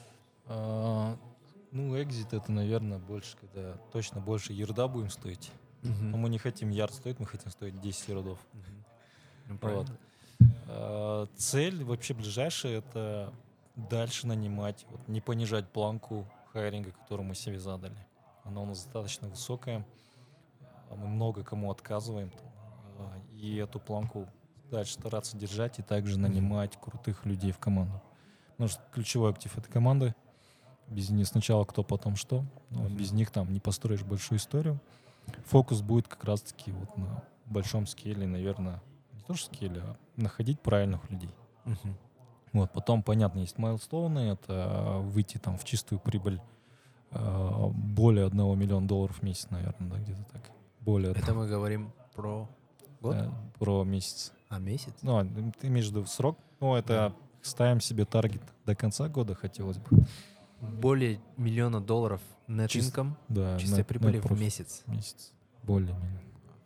А, ну, экзит это, наверное, больше, когда точно больше ярда будем стоить. Мгм. Но мы не хотим ярд стоить, мы хотим стоить десять ярдов. Мгм. Ну, Вот. правильно. А, Цель вообще ближайшая — это дальше нанимать, вот, не понижать планку хайринга, которую мы себе задали. Она у нас достаточно высокая, а мы много кому отказываем. там, а, И эту планку дальше стараться держать и также нанимать крутых людей в команду. Потому что ключевой актив этой команды. Без них сначала кто, потом что. Но Мгм. без них там не построишь большую историю. Фокус будет как раз-таки вот на большом скейле, наверное, не то что скейле, а находить правильных людей. Мгм. Вот, потом, понятно, есть майлстоуны, это выйти там в чистую прибыль э, более одного миллиона долларов в месяц, наверное, да, где-то так. Более Это одного. мы говорим про год? Э, про месяц. А, месяц? Ну, а, ты имеешь в виду срок? Ну, это ставим себе таргет до конца года, хотелось бы. Более миллиона долларов net Чис- income, Да, чистой net- прибыли net в profit месяц. в месяц. Более-менее.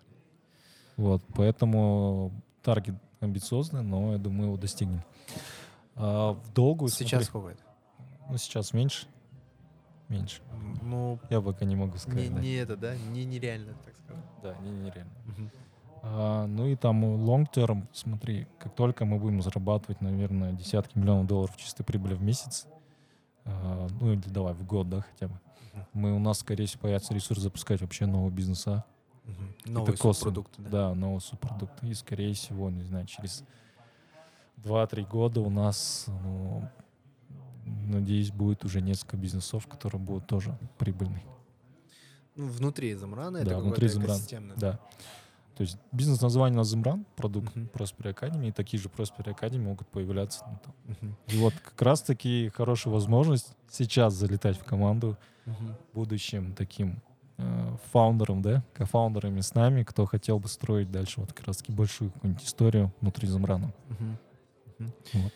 Вот, поэтому таргет амбициозный, но я думаю, его достигнем. А в долгую, Сейчас смотри, сколько это? ну, сейчас меньше. Меньше. М, Ну, Я пока не могу не, сказать. да. не это, да? Не нереально, так сказать. Да, не, нереально. Мгм. А, ну и там long term, смотри, как только мы будем зарабатывать, наверное, десятки миллионов долларов чистой прибыли в месяц, а, ну или давай в год, да, хотя бы, Мгм. мы, у нас, скорее всего, появится ресурс запускать вообще новые бизнеса. Мгм. какие-то Новые косвенные- субпродукты, да? Да, новые субпродукты. И, скорее всего, не знаю, через два-три года у нас, ну, надеюсь, будет уже несколько бизнесов, которые будут тоже прибыльны. Ну, внутри Замрана это Да, какой-то внутри Замрана. экосистемный. Да. То есть бизнес-название у нас Земран, продукт Мгм. Prosper Academy, и такие же Prosper Academy могут появляться. ну, там. Мгм. И вот как раз-таки хорошая возможность сейчас залетать в команду Мгм. будущим таким э, фаундером, да, кофаундерами с нами, кто хотел бы строить дальше вот как раз-таки большую какую-нибудь историю внутри Замрана. Мгм. Мгм. Вот.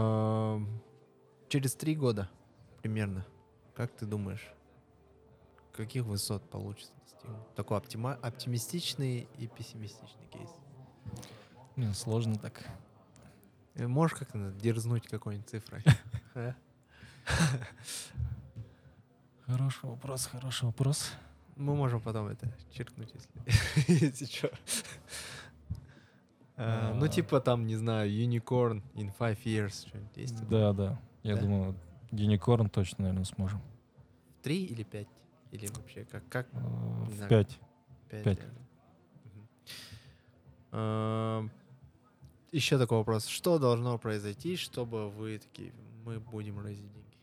Ам, Через три года примерно, как ты думаешь, каких высот получится достигнуть? Такой оптима- оптимистичный и пессимистичный кейс. Блин, сложно так. Э, Можешь как-то дерзнуть какой-нибудь цифрой? А? Хороший вопрос, хороший вопрос. Мы можем потом это черкнуть, если, если что. А, Ну, А. типа там, не знаю, unicorn in five years. Что-нибудь есть? такое? Да, да. Я Да? думаю, Юникорн точно, наверное, сможем. Три или пять? Или вообще как? Как? Э, Не В знаю. пять. Пять. Пять. реально. Мгм. А, Еще такой вопрос. Что должно произойти, чтобы вы такие, мы будем раздать деньги?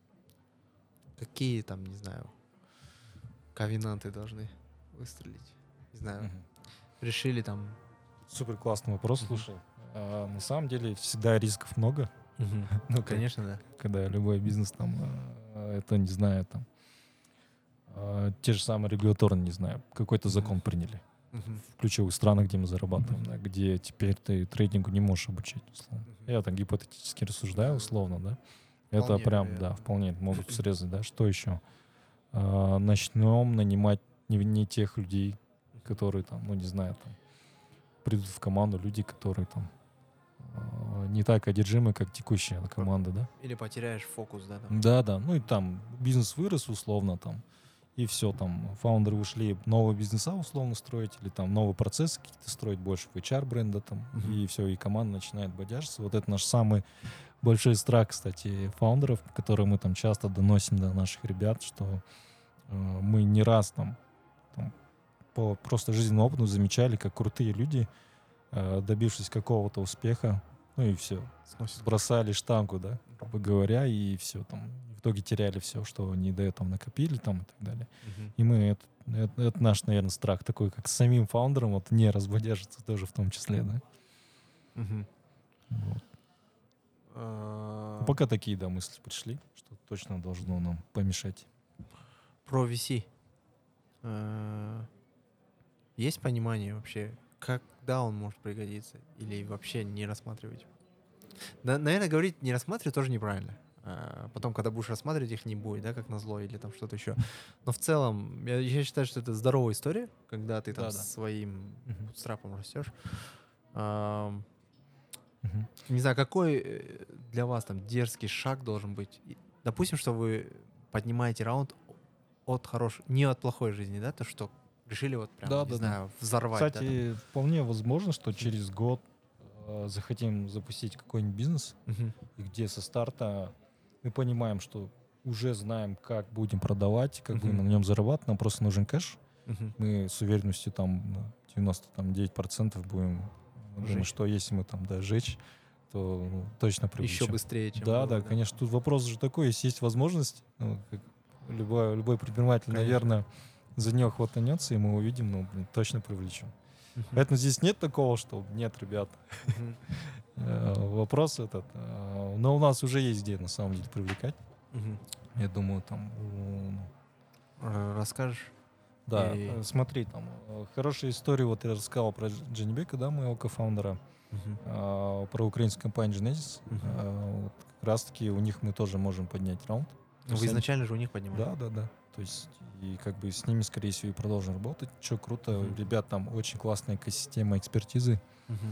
Какие там, не знаю, ковенанты должны выстрелить? Не знаю. Мгм. Решили там... Супер классный вопрос, Мгм. слушай. А, на самом деле всегда рисков много. Ну, как- Конечно, да. когда любой бизнес там, э, это, не знаю, там, э, те же самые регуляторные, не знаю, какой-то Мгм. закон приняли Мгм. в ключевых странах, где мы зарабатываем, да, где теперь ты трейдингу не можешь обучить, условно. Мгм. Я там гипотетически рассуждаю, условно, да. Это Вполне прям, вероятно. да, вполне могут срезать, да. Что еще? А, начнем нанимать не, не тех людей, которые там, ну, не знаю, там, придут в команду люди, которые там а, не так одержимы, как текущая команда, да. Или потеряешь фокус, да? Там? Да, да. Ну и там бизнес вырос условно там. И все, там фаундеры ушли новые бизнеса условно строить, или там новые процессы какие-то строить, больше в эйч ар бренда там, Мгм. и все, и команда начинает бодяжиться. Вот это наш самый большой страх, кстати, фаундеров, который мы там часто доносим до наших ребят, что э, мы не раз там, там по просто жизненному опыту замечали, как крутые люди, э, добившись какого-то успеха, ну и все, Сносит. бросали штангу, да, грубо говоря, и все там. В итоге теряли все, что они до этого накопили там и так далее. Мгм. И мы, это, это, это наш, наверное, страх такой, как с самим фаундером, вот не разбодяжиться тоже в том числе, да. Мгм. Вот. А, Ну, пока такие, да, мысли пришли, что точно должно нам помешать. Про ви си. А, Есть понимание вообще, когда он может пригодиться? Или вообще не рассматривать? Да, наверное, говорить не рассматривать тоже неправильно. А, Потом, когда будешь рассматривать, их не будет, да, как назло, или там что-то еще. Но в целом, я, я считаю, что это здоровая история, когда ты там Да-да. своим Мгм. страпом растешь. Ам, Мгм. Не знаю, какой э, для вас там дерзкий шаг должен быть? И, допустим, что вы поднимаете раунд от хорошей, не от плохой жизни, да, то, что решили вот прям, Да, не да, да. знаю, взорвать. да, там. Кстати, вполне возможно, что через год э, захотим запустить какой-нибудь бизнес, Мгм. и где со старта мы понимаем, что уже знаем, как будем продавать, как будем Мгм. на нем зарабатывать, нам просто нужен кэш. Мгм. Мы с уверенностью там ну, девяносто девять процентов будем э, думать, Жечь. что если мы там да, жечь, то ну, точно привлечем. Еще быстрее, чем Да, было, да, конечно. Тут вопрос же такой, если есть возможность, ну, как любой, любой предприниматель, Конечно. наверное, за нее хватанется, и мы увидим, ну, блин, точно привлечем. Мгм. Поэтому здесь нет такого, что нет, ребят. Мгм. Э, Вопрос этот. э, Но у нас уже есть где на самом деле привлекать. Мгм. Я думаю, там... у- Р- Расскажешь? Да, И- э, смотри, там э, хорошая история, вот я рассказал про Дж- Дженебека, да, моего кофаундера, Мгм. э, про украинскую компанию Genesis. Мгм. Э, вот как раз-таки у них мы тоже можем поднять раунд. То Ну, есть вы они- изначально же у них поднимали. Да, да, да. То есть и как бы с ними, скорее всего, и продолжим работать. Что круто, Мгм. у ребят там очень классная экосистема экспертизы. Мгм.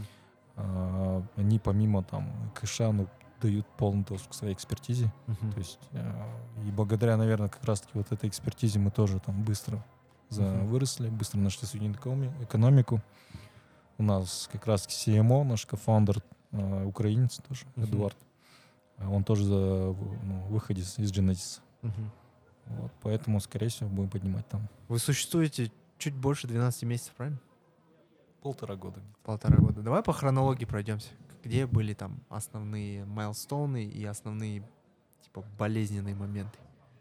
А, Они помимо там кэша, ну, дают полный доступ к своей экспертизе. Мгм. То есть э, и благодаря, наверное, как раз-таки вот этой экспертизе мы тоже там быстро за- Мгм. выросли, быстро нашли свою экономи- экономику. У нас как раз си эм о, наш кофаундер, э, украинец тоже, Мгм. Эдуард. А Он тоже за ну, выходе из из Genesis. Мгм. Вот, поэтому, скорее всего, будем поднимать там. Вы существуете чуть больше двенадцати месяцев, правильно? Полтора года. Полтора года. Давай по хронологии пройдемся. Где были там основные майлстоуны и основные типа болезненные моменты?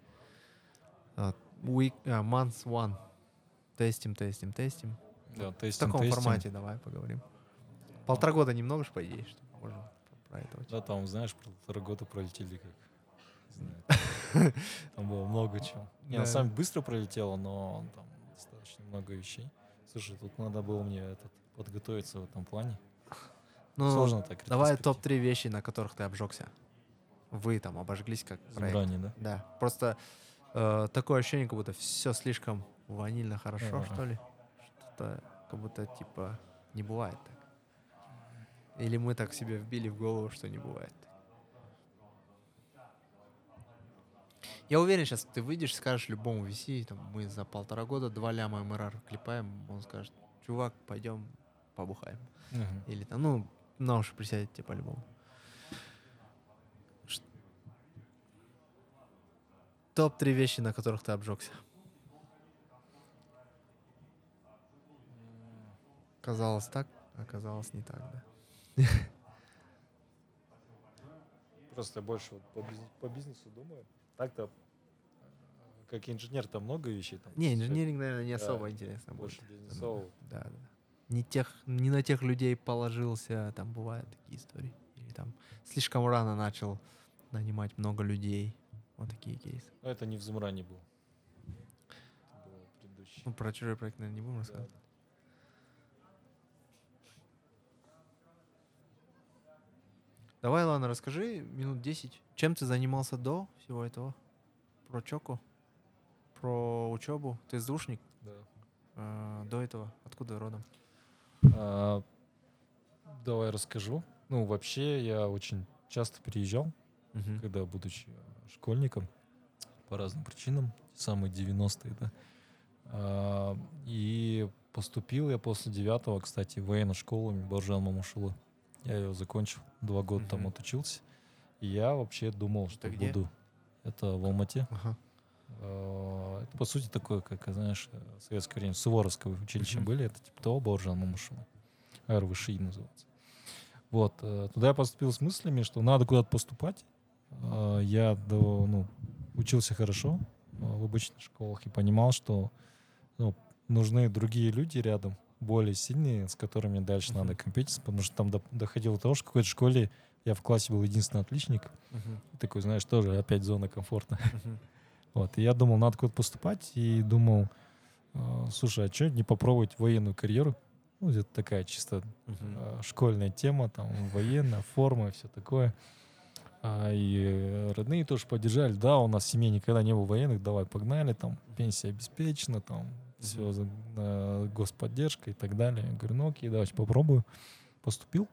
А, Week, а, month one. Тестим, тестим, тестим. Да, В тестим, таком тестим. формате давай поговорим. Полтора года немного ж, по идее, что можно про это очень. Да, там, знаешь, полтора года пролетели как... не знаю, Там было много чего. Не, на Да. самом деле быстро пролетело, но там достаточно много вещей. Слушай, тут надо было мне этот, подготовиться в этом плане. Ну, Сложно так. давай ретроспективно. топ-три вещи, на которых ты обжегся. Вы там обожглись как проект. Забрание, да? Да. Просто э, такое ощущение, как будто все слишком ванильно хорошо, Ага. что ли. Что-то как будто, типа, не бывает так. Или мы так себе вбили в голову, что не бывает. Я уверен, сейчас ты выйдешь, скажешь любому ви си, там, мы за полтора года два ляма эм эр ар клепаем, он скажет, чувак, пойдем побухаем. Мгм. Или там, ну, на уши присядет тебе по-любому. Ш- Топ-три вещи, на которых ты обжегся. Казалось так, оказалось не так, да? Просто я больше вот по, биз- по бизнесу думаю. Так-то, э, как инженер, там много вещей. Там, Не, всё инженеринг, наверное, не Да, особо интересно будет. больше бизнесового. Да, да. Не, тех, не на тех людей положился, там бывают такие истории. Или там слишком рано начал нанимать много людей. Вот такие кейсы. Но это не в Зумране был. Это был предыдущий. Ну, про чужой проект, наверное, не будем Да, рассказывать. да. Давай, ладно, расскажи минут десять. Чем ты занимался до всего этого? Про чоку? Про учебу? Ты сдушник? Да. А, до этого? Откуда родом? А, давай расскажу. Ну, вообще, я очень часто приезжал, Мгм. когда, будучи э, школьником, по разным причинам, самые девяностые, да. А, и поступил я после девятого, кстати, в военную школу Бауыржан Момышұлы. Я ее закончил, два года там Мгм. отучился. И я вообще думал, что где? буду. Это в Алмате. Ага. А, Это, по сути, такое, как, знаешь, э, в советское время Суворовское училище Мгм. были. Это типа того Бауыржан Момышұлы. эр вэ шэ и называется. Вот. э, Туда я поступил с мыслями, что надо куда-то поступать. А, Я до, ну, учился хорошо а, в обычных школах и понимал, что ну, нужны другие люди рядом, более сильные, с которыми дальше Мгм. надо компетиться, потому что там до- доходило до того, что в какой-то школе я в классе был единственный отличник. Мгм. И такой, знаешь, тоже опять зона комфорта. Мгм. Вот. И я думал, надо куда-то поступать, и думал, э, слушай, а что не попробовать военную карьеру? Ну, это такая чисто Мгм. э, школьная тема, там, военная форма, все такое. А, и э, родные тоже поддержали. Да, у нас в семье никогда не было военных, давай погнали, там, пенсия обеспечена, там, все, господдержка и так далее. Я говорю, ну окей, давайте попробую. Поступил,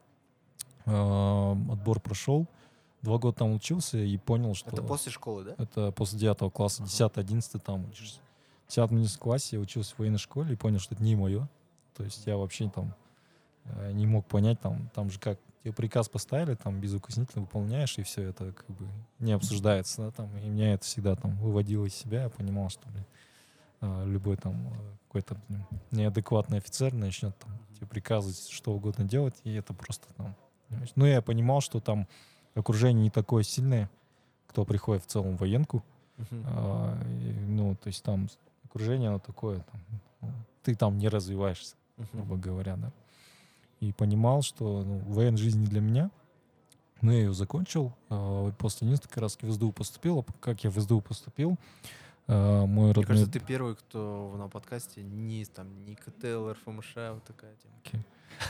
а, отбор прошел, два года там учился и понял, что... Это после школы, да? Это после девятого класса, Ага. десятый, одиннадцатый там учишься. В десятом, одиннадцатом классе я учился в военной школе и понял, что это не мое. То есть я вообще там э, не мог понять, там, там же как, тебе приказ поставили, там безукоризнительно выполняешь, и все это как бы не обсуждается, да, там, и меня это всегда там выводило из себя, я понимал, что, блин, э, любой там э, какой-то блин, неадекватный офицер начнет там тебе приказывать что угодно делать, и это просто там... понимаешь. Ну, я понимал, что там окружение не такое сильное, кто приходит в целом в военку. Мгм. А, и, ну, то есть там окружение, оно такое, там, ну, ты там не развиваешься, Мгм. грубо говоря, да. И понимал, что ну, военная жизнь не для меня. Но я ее закончил. а, После одиннадцатого как раз в СДУ поступил. А как я в СДУ поступил? а, Мой Мне родной... кажется, ты первый, кто на подкасте не там не ка тэ эл, эр эф эм ш, вот такая тема. Окей.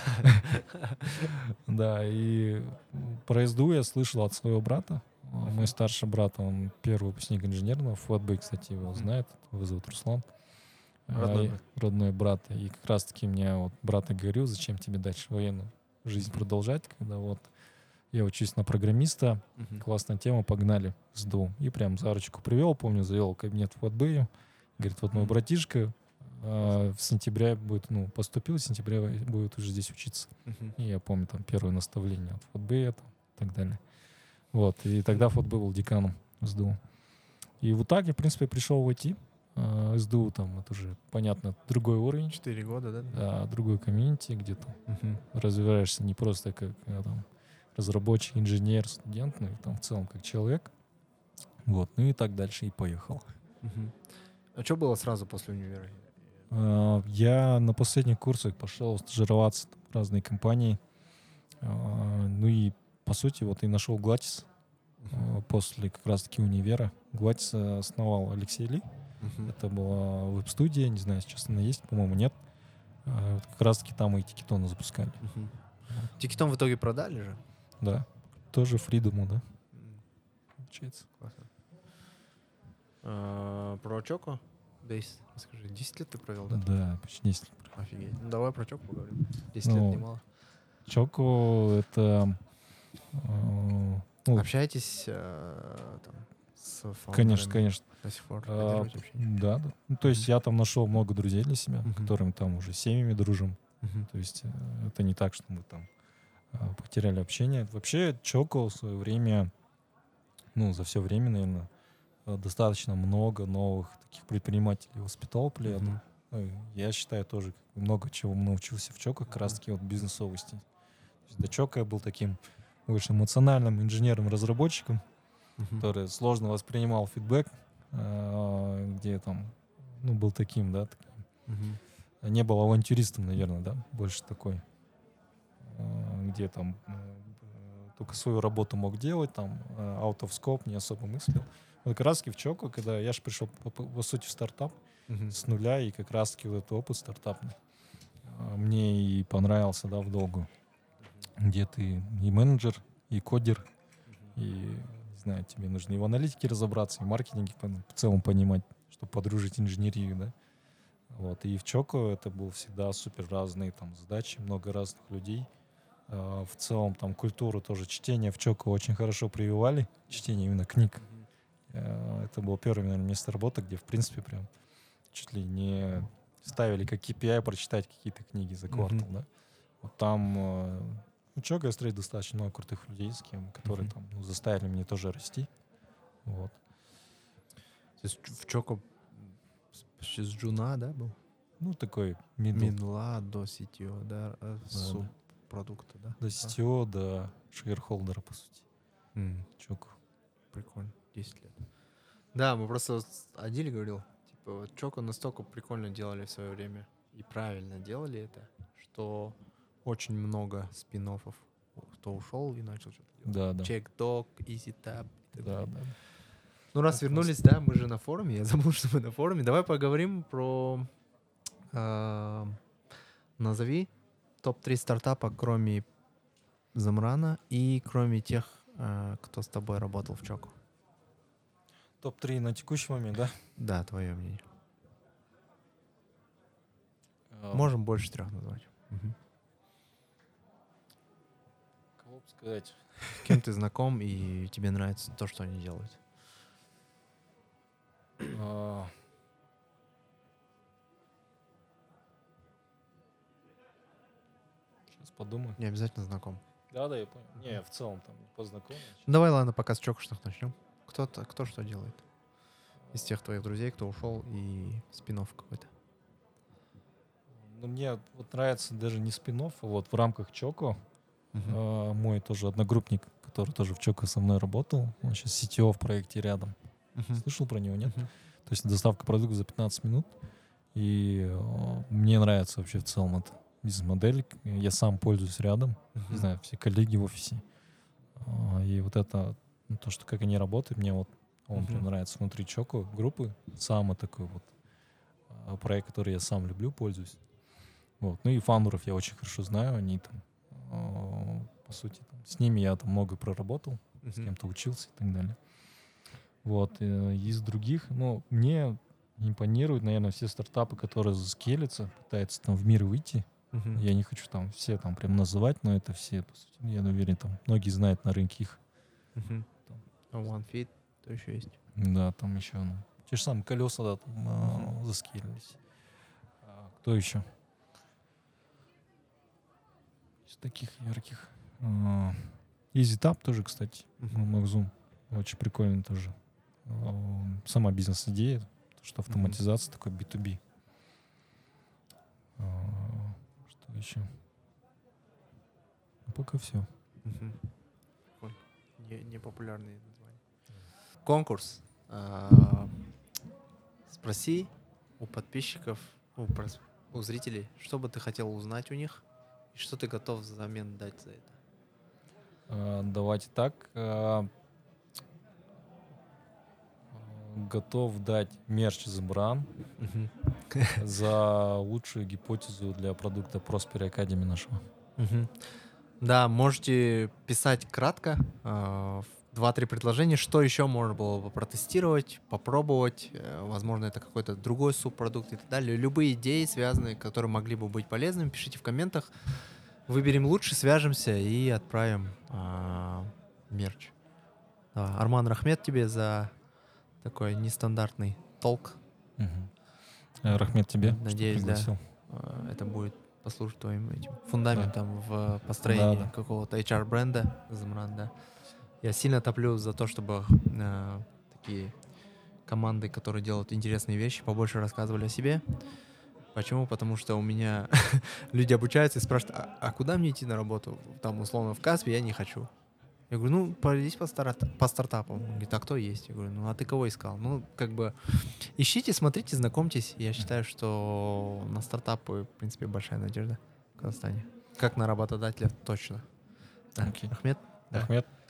Да, и про СДУ я слышал от своего брата. А, Мой старший брат, он первый выпускник инженерного. Фуатбей, кстати, его знает. Его зовут Руслан. А, Родной и- брат. Родной брат. И как раз-таки мне вот брат и говорил, зачем тебе дальше военную жизнь продолжать, когда вот я учусь на программиста, Мгм. классная тема, погнали в СДУ. И прям за ручку привел, помню, завел кабинет в Фуатбею. Говорит, вот мой Мгм. братишка а, в сентябре будет, ну, поступил, в сентябре будет уже здесь учиться. Мгм. И я помню там первое наставление от Футбея там, и так далее. Вот. И тогда Футбей был деканом СДУ. И вот так я, в принципе, пришел в ай ти. А, СДУ там, это уже, понятно, другой уровень, Четыре года, да? да, другой комьюнити, где ты Мгм. развиваешься не просто как э, там, разработчик, инженер, студент, но и там в целом как человек. Вот. Ну и так дальше и поехал. Мгм. А что было сразу после универа? А, Я на последних курсах пошел стажироваться там в разные компании. А, Ну и, по сути, вот и нашел Гладис а, после как раз-таки универа. Гладис основал Алексей Ли. Мгм. Это была веб-студия, не знаю, сейчас она есть, по-моему, нет. А, вот как раз-таки там и Тикетона запускали. Мгм. Тикетон в итоге продали же? Да. Тоже Фридому, да, М, получается. Классно. А, про Чоко Бейс расскажи. десять лет ты провел, да? Да, почти десять лет. Офигеть. Ну, давай про Чоко поговорим. десять Ну, лет немало. Чоко — это... э, ну, Общаетесь э, там, с фаундерами конечно, конечно. до сих пор? А, Поддерживаете общение? да, да. Ну, то есть я там нашел много друзей для себя, Мгм. которыми там уже семьями дружим. Мгм. То есть э, это не так, что мы там а, потеряли общение. Вообще Чоко в свое время, ну, за все время, наверное, достаточно много новых таких предпринимателей воспитал при этом. Мгм. Ну, я считаю, тоже как бы много чего научился в Чоко, как раз-таки вот бизнесовости. То есть до Чоко я был таким больше эмоциональным инженером-разработчиком, Мгм. который сложно воспринимал фидбэк, э, где там, ну, был таким, да, таким. Мгм. Не был авантюристом, наверное, да, больше такой, э, где там э, только свою работу мог делать, там, э, out of scope, не особо мыслил. Вот как раз-таки в Чоко, когда я же пришел, по, по- по сути, в стартап Мгм. с нуля, и как раз-таки вот этот опыт стартапный э, мне и понравился, да, в долгу, где ты и менеджер, и кодер, и, не знаю, тебе нужно и в аналитике разобраться, и в маркетинге по- в целом понимать, чтобы подружить инженерию, да. Вот. И в Чоко это был всегда супер разные там задачи, много разных людей. А, в целом там культуру тоже чтения в Чоко очень хорошо прививали, чтение именно книг. Мгм. Э, Это было первое, наверное, место работы, где, в принципе, прям чуть ли не ставили как кей пи ай прочитать какие-то книги за квартал, Мгм. да. Вот там э, у Чоко я встретил достаточно много крутых людей, с кем, которые Мгм. там ну, заставили меня тоже расти. Вот. То есть в Чоко с- почти с джуна, да, был? Ну, такой middle, Минла до си ти о, да, э, да. субпродукта, да? до си ти о, до шейрхолдера, по сути. Да. М, Чоко. Прикольно, десять лет. Да, мы просто вот с Адиль говорил, типа, вот Чоко настолько прикольно делали в свое время и правильно делали это, что очень много спин-оффов, кто ушел и начал что-то делать. Да, да. Чек-дог, EasyTab и так Да, далее. да. Ну, раз Ну, вернулись, да, мы же на форуме, я забыл, что мы на форуме. Давай поговорим про... а, назови топ-три стартапа, кроме Замрана и кроме тех, а, кто с тобой работал в Чоко. топ три на текущий момент, да? Да, твое мнение. А, Можем больше трех назвать. Мгм. Кого бы сказать? С кем ты знаком и тебе нравится то, что они делают? А, Сейчас подумаю. Не обязательно знаком. Да, да, я понял. Не, в целом там познакомились. Давай, ладно, пока с Чокошных начнем. Кто, кто что делает? Из тех твоих друзей, кто ушел, и спин-офф какой-то. Ну, мне вот нравится даже не спин-офф, а вот в рамках Чоко Мгм. а, мой тоже одногруппник, который тоже в Чоко со мной работал, он сейчас си ти о в проекте рядом. Мгм. Слышал про него, нет? Мгм. То есть доставка продукта за пятнадцать минут. И э, мне нравится вообще в целом эта бизнес-модель. Я сам пользуюсь рядом. Не Мгм. знаю, все коллеги в офисе. А, И вот это, ну, то, что как они работают, мне вот он прям Мгм. нравится внутри Чоко группы. Самый такой вот а, проект, который я сам люблю, пользуюсь. Вот. Ну и фаундеров я очень хорошо знаю. Они там, а, по сути, там, с ними я там много проработал, с Мгм. кем-то учился и так далее. Вот. э, Из других, ну, мне импонируют, наверное, все стартапы, которые заскелятся, пытаются там в мир выйти. Мгм. Я не хочу там все там прям называть, но это все, по сути, я уверен, там многие знают на рынке их. Мгм. Там. А OneFit, то еще есть. Да, там еще, ну, те же самые колеса, да, там а, Мгм. заскелились. А, кто еще? Из таких ярких. А, EasyTab тоже, кстати, Мгм. Макзум. Очень прикольный тоже. А, Сама бизнес-идея, то, что автоматизация такой би ту би. А, Что еще? Ну, пока все. Мгм. Прикольно. Не, непопулярные названия. Конкурс. А, Спроси у подписчиков, у, прос- у зрителей, что бы ты хотел узнать у них и что ты готов взамен дать за это. Давайте так. а, а, Готов дать мерч Земран Мгм. за лучшую гипотезу для продукта Prosper Academy нашего. Мгм. Да, можете писать кратко а, в два-три предложения, что еще можно было бы протестировать, попробовать. Э, Возможно, это какой-то другой субпродукт и так далее. Любые идеи, связанные, которые могли бы быть полезными, пишите в комментах. Выберем лучше, свяжемся и отправим а, мерч. Да, Арман, рахмет тебе за такой нестандартный толк. Мгм. Э, Рахмет тебе, что Надеюсь, да. пригласил. А, Это будет послужить твоим этим фундаментом в построении Да, да. какого-то эйч ар-бренда, Замран, да. Я сильно топлю за то, чтобы а, такие команды, которые делают интересные вещи, побольше рассказывали о себе. Почему? Потому что у меня люди обучаются и спрашивают, а, а куда мне идти на работу? Там, условно, в Каспе я не хочу. Я говорю, ну, пройдись по, старат- по стартапам. Он говорит, а кто есть? Я говорю, ну, а ты кого искал? Ну, как бы, ищите, смотрите, знакомьтесь. Я считаю, что на стартапы, в принципе, большая надежда в Казахстане. Как на работодателя, точно. Да. Окей. Ахмед? Да. Рахмет.